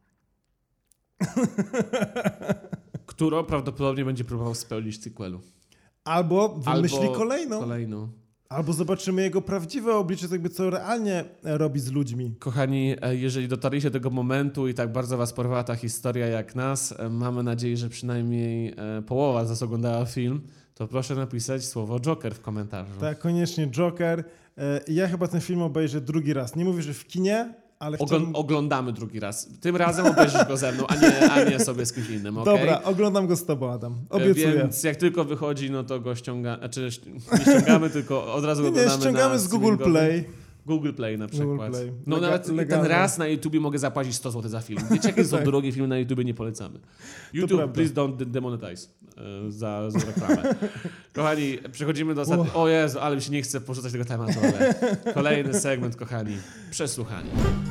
Którą prawdopodobnie będzie próbował spełnić w sequelu. Albo wymyśli kolejną. Albo zobaczymy jego prawdziwe oblicze, jakby co realnie robi z ludźmi. Kochani, jeżeli dotarliście do tego momentu i tak bardzo was porwała ta historia jak nas, mamy nadzieję, że przynajmniej połowa z nas oglądała film, to proszę napisać słowo Joker w komentarzu. Tak, koniecznie Joker. Ja chyba ten film obejrzę drugi raz. Nie mówię, że w kinie, ale oglądamy drugi raz. Tym razem obejrzysz go ze mną, a nie sobie z kimś innym, okay? Dobra, oglądam go z tobą, Adam. Obiecuję. Więc jak tylko wychodzi, no to go ściągamy. Znaczy, nie ściągamy, tylko od razu go oglądamy. Nie, ściągamy z Google Play. Google Play na przykład. Google Play. No nawet ten raz na YouTubie mogę zapłacić 100 zł za film. Wiecie, jakie są drogie filmy na YouTubie, nie polecamy. YouTube, please don't demonetize za reklamę. Kochani, przechodzimy do ostatniego... O Jezu, ale mi się nie chce porzucać tego tematu, ale kolejny segment, kochani. Przesłuchanie.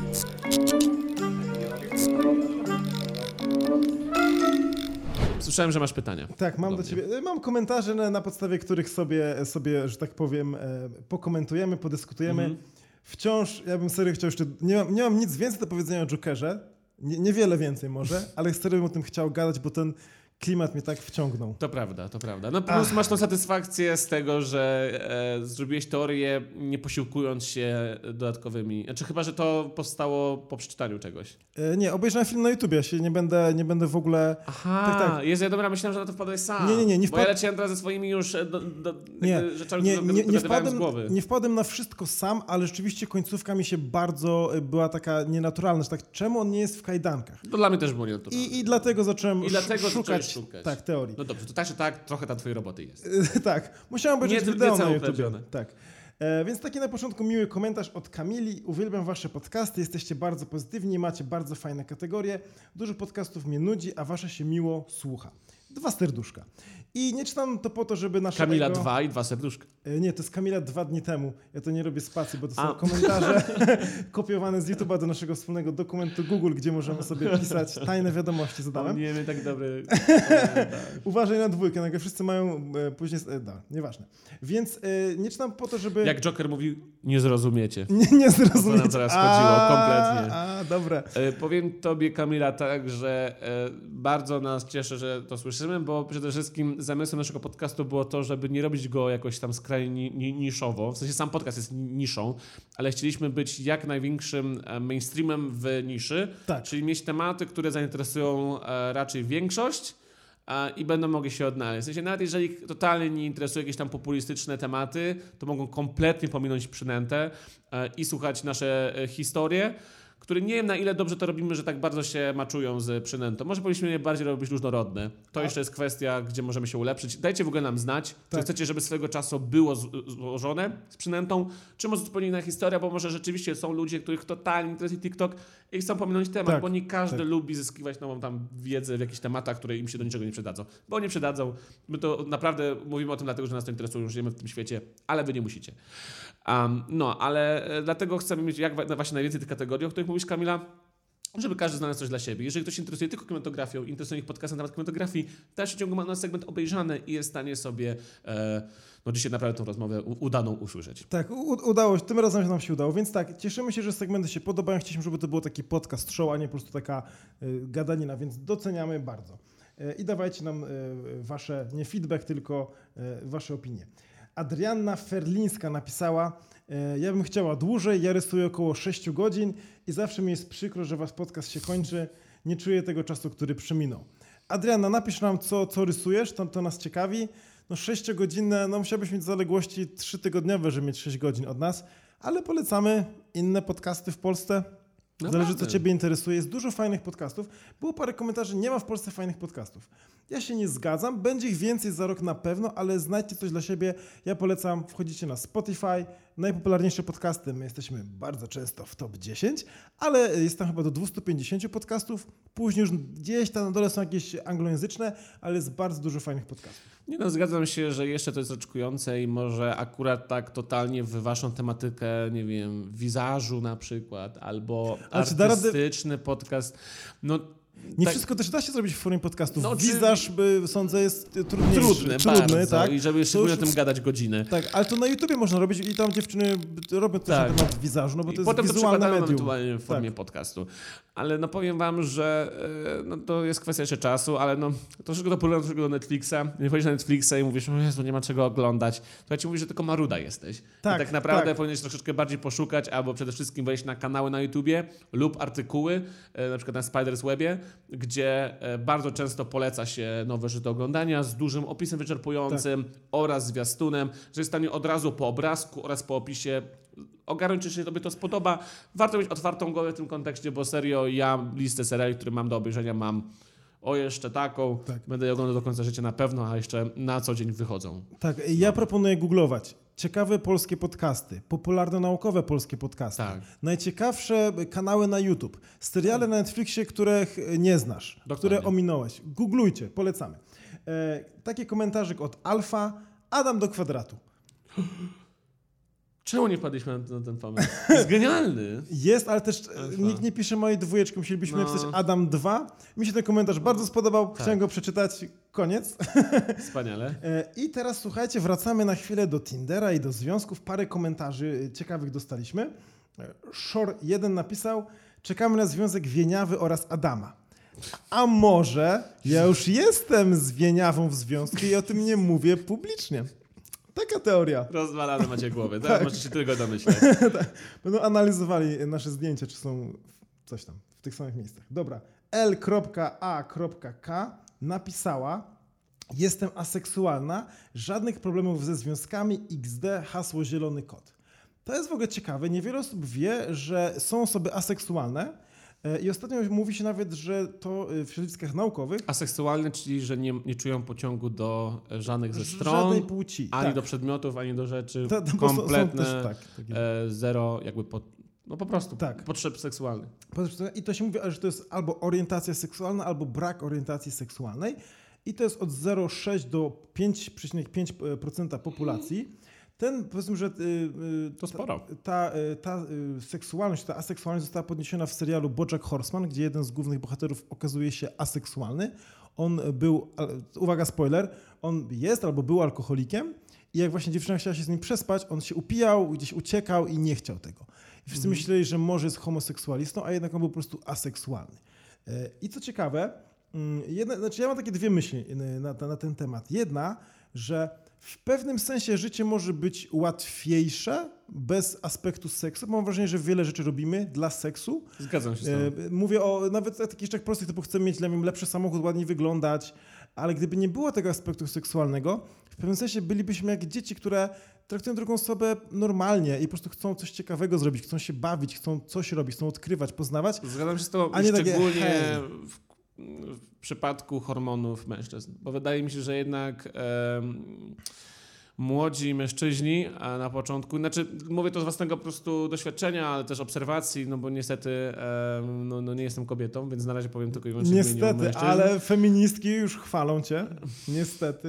Słyszałem, że masz pytania. Tak, mam do ciebie. Mam komentarze, na podstawie których sobie, że tak powiem, pokomentujemy, podyskutujemy. Wciąż, ja bym serio chciał jeszcze... Nie mam nic więcej do powiedzenia o Jokerze. Niewiele więcej może, ale serio bym o tym chciał gadać, bo ten klimat mnie tak wciągnął. To prawda. No plus masz tą satysfakcję z tego, że zrobiłeś teorię nie posiłkując się dodatkowymi... Znaczy chyba, że to powstało po przeczytaniu czegoś. Nie, obejrzałem film na YouTubie, ja się nie będę w ogóle... Aha, tak. Jest, ja dobra, myślałem, że na to wpadłeś sam. Nie Bo ja leciałem teraz ze swoimi już rzeczami, które z głowy. Nie wpadłem na wszystko sam, ale rzeczywiście końcówka mi się bardzo była taka nienaturalna, że tak, czemu on nie jest w kajdankach? To dla mnie też było nienaturalne. I dlatego zacząłem szukać. Tak, teorii. No dobrze, to tak czy tak, trochę tam twojej roboty jest. Tak, musiałem obejrzeć wideo na YouTube. Ukradzione. Tak. Więc taki na początku miły komentarz od Kamili. Uwielbiam wasze podcasty, jesteście bardzo pozytywni, macie bardzo fajne kategorie. Dużo podcastów mnie nudzi, a wasze się miło słucha. 2 serduszka. I nie czytam to po to, żeby nasze Kamila 2 i 2 serduszka. Nie, to jest Kamila 2 dni temu. Ja to nie robię spacji, bo to są komentarze kopiowane z YouTube'a do naszego wspólnego dokumentu Google, gdzie możemy sobie pisać tajne wiadomości. Zadałem. Nie wiem, tak dobry. Uważaj na 2, nagle wszyscy mają później... nieważne. Więc nie czytam po to, żeby... Jak Joker mówił, nie zrozumiecie. Nie zrozumiecie. O to nam teraz chodziło kompletnie. Dobra. Powiem tobie, Kamila, tak, że bardzo nas cieszy, że to słyszymy, bo przede wszystkim zamysłem naszego podcastu było to, żeby nie robić go jakoś tam skrajnie niszowo. W sensie sam podcast jest niszą, ale chcieliśmy być jak największym mainstreamem w niszy, tak. Czyli mieć tematy, które zainteresują raczej większość, i będą mogli się odnaleźć. W sensie nawet jeżeli ich totalnie nie interesują jakieś tam populistyczne tematy, to mogą kompletnie pominąć przynętę i słuchać nasze historie, które nie wiem na ile dobrze to robimy, że tak bardzo się maczują z przynętą. Może powinniśmy je bardziej robić różnorodne. To jeszcze jest kwestia, gdzie możemy się ulepszyć. Dajcie w ogóle nam znać, czy chcecie, żeby swego czasu było złożone z przynętą, czy może zupełnie inna historia, bo może rzeczywiście są ludzie, których totalnie interesuje TikTok i chcą pominąć temat, bo nie każdy lubi zyskiwać nową tam wiedzę w jakichś tematach, które im się do niczego nie przydadzą. Bo nie przydadzą. My to naprawdę mówimy o tym dlatego, że nas to interesuje, żyjemy w tym świecie, ale wy nie musicie. Ale dlatego chcemy mieć właśnie najwięcej tych kategorii, o których mówisz, Kamila, żeby każdy znalazł coś dla siebie. Jeżeli ktoś się interesuje tylko kinematografią, interesuje ich podcastem na temat kinematografii, w dalszym ciągu ma nasz segment obejrzany i jest w stanie sobie dzisiaj naprawdę tą rozmowę udaną usłyszeć. Tak, udało się, tym razem nam się udało, więc tak, cieszymy się, że segmenty się podobają, chcieliśmy, żeby to było taki podcast show, a nie po prostu taka gadanina, więc doceniamy bardzo. I dawajcie nam wasze, nie feedback, tylko wasze opinie. Adrianna Ferlińska napisała: ja bym chciała dłużej, ja rysuję około 6 godzin i zawsze mi jest przykro, że wasz podcast się kończy. Nie czuję tego czasu, który przeminął. Adrianna, napisz nam, co rysujesz, to nas ciekawi. 6-godzinne, musiałbyś mieć zaległości 3-tygodniowe, żeby mieć 6 godzin od nas, ale polecamy inne podcasty w Polsce. Zależy, co ciebie interesuje. Jest dużo fajnych podcastów. Było parę komentarzy, nie ma w Polsce fajnych podcastów. Ja się nie zgadzam, będzie ich więcej za rok na pewno, ale znajdźcie coś dla siebie. Ja polecam, wchodzicie na Spotify, najpopularniejsze podcasty, my jesteśmy bardzo często w top 10, ale jest tam chyba do 250 podcastów. Później już gdzieś tam na dole są jakieś anglojęzyczne, ale jest bardzo dużo fajnych podcastów. Nie zgadzam się, że jeszcze to jest oczekujące i może akurat tak totalnie w waszą tematykę, nie wiem, wizażu na przykład, albo artystyczny podcast. Nie wszystko też da się zrobić w formie podcastu. Wizaż, sądzę, jest trudny, bardzo, tak? I żeby jeszcze o tym gadać godziny. Tak, ale to na YouTubie można robić i tam dziewczyny robią też na temat wizażu, bo to jest wizualne medium. Ewentualnie w formie podcastu. Ale powiem wam, że to jest kwestia jeszcze czasu, ale troszeczkę to polega do Netflixa. Nie wchodzisz na Netflixa i mówisz, o Jezu, nie ma czego oglądać. To ja ci mówię, że tylko maruda jesteś. Tak naprawdę powinieneś troszeczkę bardziej poszukać, albo przede wszystkim wejść na kanały na YouTubie lub artykuły, na przykład na Spider's Webie, gdzie bardzo często poleca się nowe rzeczy do oglądania z dużym opisem wyczerpującym oraz zwiastunem, że jest w stanie od razu po obrazku oraz po opisie ogarnąć, czy się tobie to spodoba. Warto mieć otwartą głowę w tym kontekście, bo serio ja listę seriali, które mam do obejrzenia, mam jeszcze taką. Będę je oglądał do końca życia na pewno, a jeszcze na co dzień wychodzą. Tak, ja proponuję googlować ciekawe polskie podcasty, popularno-naukowe polskie podcasty, najciekawsze kanały na YouTube, seriale na Netflixie, których nie znasz, które ominąłeś. Googlujcie, polecamy. Taki komentarzyk od Alfa, Adam do kwadratu. Czemu nie wpadliśmy na ten pomysł? Jest genialny. Jest, ale też nikt nie pisze mojej dwójeczki. Musielibyśmy napisać Adam 2. Mi się ten komentarz bardzo spodobał. Chciałem go przeczytać. Koniec. Wspaniale. I teraz słuchajcie, wracamy na chwilę do Tindera i do związków. Parę komentarzy ciekawych dostaliśmy. Shore 1 napisał: czekamy na związek Wieniawy oraz Adama. A może ja już jestem z Wieniawą w związku i o tym nie mówię publicznie. Taka teoria. Rozwalane macie głowy, tak? Możecie się tylko domyśleć. Będą analizowali nasze zdjęcia, czy są coś tam w tych samych miejscach. Dobra. L.A.K. napisała: jestem aseksualna, żadnych problemów ze związkami, XD, hasło zielony kot. To jest w ogóle ciekawe. Niewiele osób wie, że są osoby aseksualne. I ostatnio mówi się nawet, że to w środowiskach naukowych... Aseksualne, czyli że nie czują pociągu do żadnych ze stron, żadnej płci, ani do przedmiotów, ani do rzeczy. Kompletne, zero jakby po prostu potrzeb seksualnych. I to się mówi, że to jest albo orientacja seksualna, albo brak orientacji seksualnej. I to jest od 0,6 do 5,5% populacji. Powiedzmy, że to sporo. Ta seksualność, ta aseksualność została podniesiona w serialu BoJack Horseman, gdzie jeden z głównych bohaterów okazuje się aseksualny. On był, uwaga, spoiler, on jest albo był alkoholikiem i jak właśnie dziewczyna chciała się z nim przespać, on się upijał, gdzieś uciekał i nie chciał tego. I wszyscy myśleli, że może jest homoseksualistą, a jednak on był po prostu aseksualny. I co ciekawe, ja mam takie dwie myśli na ten temat. Jedna, że w pewnym sensie życie może być łatwiejsze bez aspektu seksu. Mam wrażenie, że wiele rzeczy robimy dla seksu. Zgadzam się z tym. Mówię o nawet takich rzeczach prostych, typu chcę mieć lepszy samochód, ładniej wyglądać, ale gdyby nie było tego aspektu seksualnego, w pewnym sensie bylibyśmy jak dzieci, które traktują drugą osobę normalnie i po prostu chcą coś ciekawego zrobić, chcą się bawić, chcą coś robić, chcą odkrywać, poznawać. Zgadzam się z tobą, szczególnie w przypadku hormonów mężczyzn, bo wydaje mi się, że jednak młodzi mężczyźni, a na początku, znaczy mówię to z własnego po prostu doświadczenia, ale też obserwacji, no bo niestety nie jestem kobietą, więc na razie powiem tylko i wyłącznie w imieniu mężczyzn. Ale feministki już chwalą cię, niestety.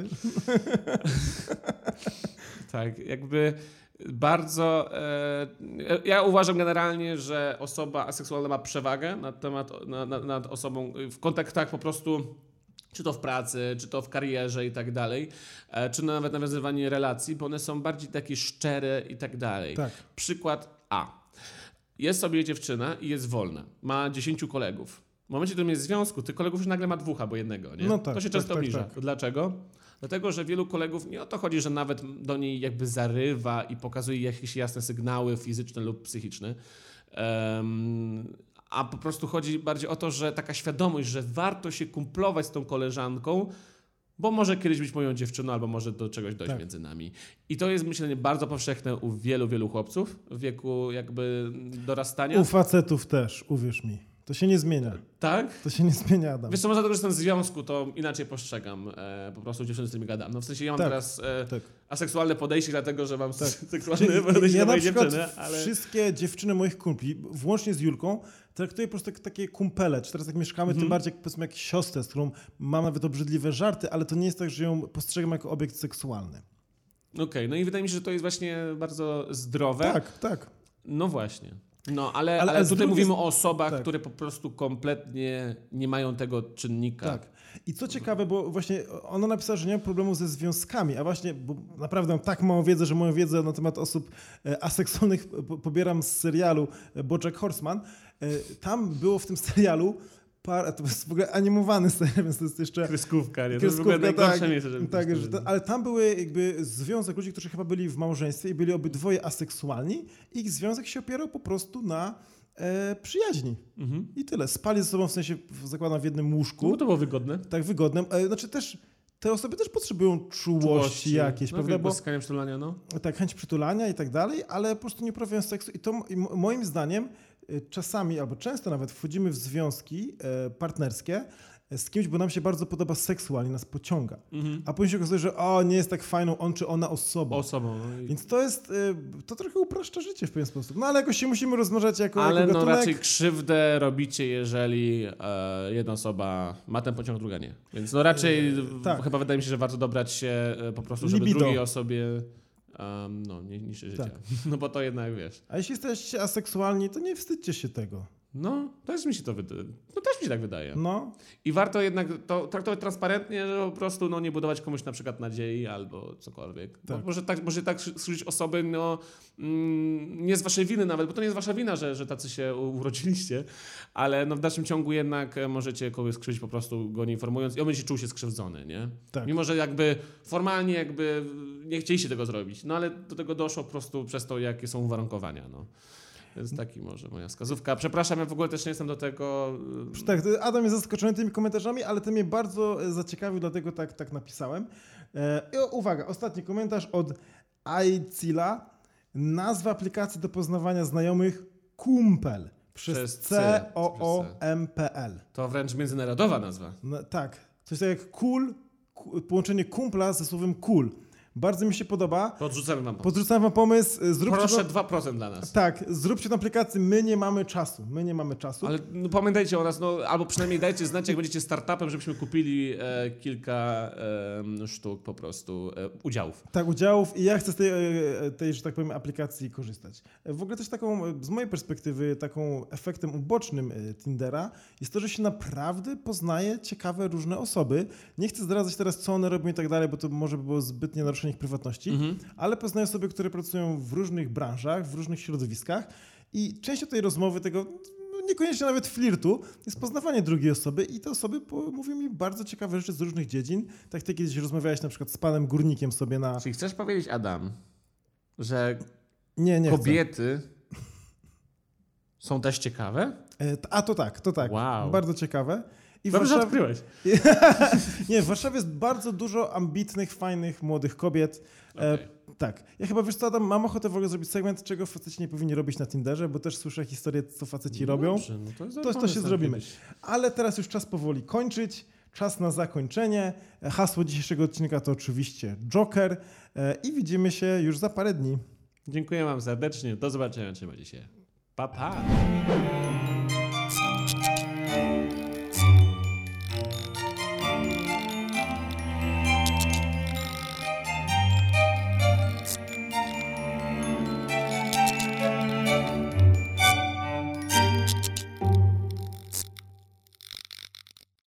Tak, jakby bardzo... ja uważam generalnie, że osoba aseksualna ma przewagę nad osobą w kontaktach po prostu, czy to w pracy, czy to w karierze i tak dalej, czy nawet nawiązywanie relacji, bo one są bardziej takie szczere i tak dalej. Tak. Przykład A. Jest sobie dziewczyna i jest wolna. Ma 10 kolegów. W momencie, w którym jest w związku, tych kolegów już nagle ma 2 albo 1, nie? No tak, to się często obniża. Tak. Dlaczego? Dlatego, że wielu kolegów, nie o to chodzi, że nawet do niej jakby zarywa i pokazuje jakieś jasne sygnały fizyczne lub psychiczne, a po prostu chodzi bardziej o to, że taka świadomość, że warto się kumplować z tą koleżanką, bo może kiedyś być moją dziewczyną, albo może do czegoś dojść między nami. I to jest myślenie bardzo powszechne u wielu chłopców w wieku jakby dorastania. U facetów też, uwierz mi. To się nie zmienia. Tak? To się nie zmienia, Adam. Wiesz co, może dlatego, że jestem w związku, to inaczej postrzegam po prostu dziewczyny, z którymi gadam. No w sensie ja mam teraz aseksualne podejście, dlatego że mam seksualne podejście do mojej dziewczyny. Ale... wszystkie dziewczyny moich kumpli, włącznie z Julką, traktuję po prostu takie kumpele. Czy teraz jak mieszkamy, tym bardziej jak, powiedzmy, jak siostrę, z którą mam nawet obrzydliwe żarty, ale to nie jest tak, że ją postrzegam jako obiekt seksualny. Okej, no i wydaje mi się, że to jest właśnie bardzo zdrowe. Tak. No właśnie. No, ale tutaj mówimy o osobach, które po prostu kompletnie nie mają tego czynnika. Tak. I co ciekawe, bo właśnie ona napisała, że nie ma problemu ze związkami, a właśnie, bo naprawdę mam tak małą wiedzę, że moją wiedzę na temat osób aseksualnych pobieram z serialu BoJack Horseman. Tam było w tym serialu to jest w ogóle animowany serial, więc to jest jeszcze... Kreskówka, nie? To jest w ogóle najgorsze miejsce, żeby... Tak, ale tam były jakby związek ludzi, którzy chyba byli w małżeństwie i byli obydwoje aseksualni. Ich związek się opierał po prostu na przyjaźni. I tyle. Spali ze sobą, w sensie zakładam w jednym łóżku. No to było wygodne. Tak, wygodne. Znaczy też... Te osoby też potrzebują czułości jakieś, prawda? Bo przytulania, Tak, chęć przytulania i tak dalej, ale po prostu nie uprawiają seksu. I moim zdaniem czasami, albo często nawet wchodzimy w związki partnerskie z kimś, bo nam się bardzo podoba seksualnie, nas pociąga. A później się okazuje, że nie jest tak fajną on czy ona osobą. Więc to trochę upraszcza życie w pewien sposób. No ale jakoś się musimy rozmnażać jako gatunek. Ale raczej krzywdę robicie, jeżeli jedna osoba ma ten pociąg, druga nie. Więc raczej chyba wydaje mi się, że warto dobrać się po prostu, żeby drugiej osobie niszczy życie. Tak. No bo to jednak wiesz. A jeśli jesteście aseksualni, to nie wstydźcie się tego. No, też mi się to wydaje. No też mi się tak wydaje. No. I warto jednak to traktować transparentnie, że po prostu nie budować komuś na przykład nadziei albo cokolwiek. Tak. Może tak służyć osoby, nie z waszej winy nawet, bo to nie jest wasza wina, że tacy się urodziliście, ale w dalszym ciągu jednak możecie kogoś skrzywdzić po prostu go nie informując i on będzie czuł się skrzywdzony, nie? Tak. Mimo, że jakby formalnie nie chcieliście tego zrobić, no ale do tego doszło po prostu przez to, jakie są uwarunkowania, Więc taki może moja wskazówka. Przepraszam, ja w ogóle też nie jestem do tego... Tak, Adam jest zaskoczony tymi komentarzami, ale ten mnie bardzo zaciekawił, dlatego tak napisałem. Uwaga, ostatni komentarz od Aicila. Nazwa aplikacji do poznawania znajomych Kumpel. Przez COOMPL. To wręcz międzynarodowa nazwa. No, tak. Coś tak jak połączenie kumpla ze słowem cool. Bardzo mi się podoba. Podrzucamy wam pomysł. Proszę 2% dla nas. Tak, zróbcie tę aplikację. My nie mamy czasu. Ale pamiętajcie o nas, albo przynajmniej dajcie znać, jak będziecie startupem, żebyśmy kupili kilka sztuk po prostu udziałów. Tak, udziałów i ja chcę z tej, że tak powiem, aplikacji korzystać. W ogóle też z mojej perspektywy, taką efektem ubocznym Tindera jest to, że się naprawdę poznaje ciekawe różne osoby. Nie chcę zdradzać teraz, co one robią i tak dalej, bo to może by było zbytnie naruszenie ich prywatności, ale poznaję osoby, które pracują w różnych branżach, w różnych środowiskach i częścią tej rozmowy, tego niekoniecznie nawet flirtu, jest poznawanie drugiej osoby i te osoby mówią mi bardzo ciekawe rzeczy z różnych dziedzin. Tak ty kiedyś rozmawiałeś na przykład z panem górnikiem sobie na... Czyli chcesz powiedzieć, Adam, że nie kobiety są też ciekawe? To tak. Wow. Bardzo ciekawe. Dobrze odkryłeś. Nie, w Warszawie jest bardzo dużo ambitnych, fajnych, młodych kobiet. Okay. Tak. Ja chyba, wiesz co, Adam, mam ochotę w ogóle zrobić segment, czego faceci nie powinni robić na Tinderze, bo też słyszę historię, co faceci robią. Dobrze, no to się zrobimy. Ale teraz już czas powoli kończyć. Czas na zakończenie. Hasło dzisiejszego odcinka to oczywiście Joker i widzimy się już za parę dni. Dziękuję wam serdecznie. Do zobaczenia. Trzymajcie się. Pa, pa.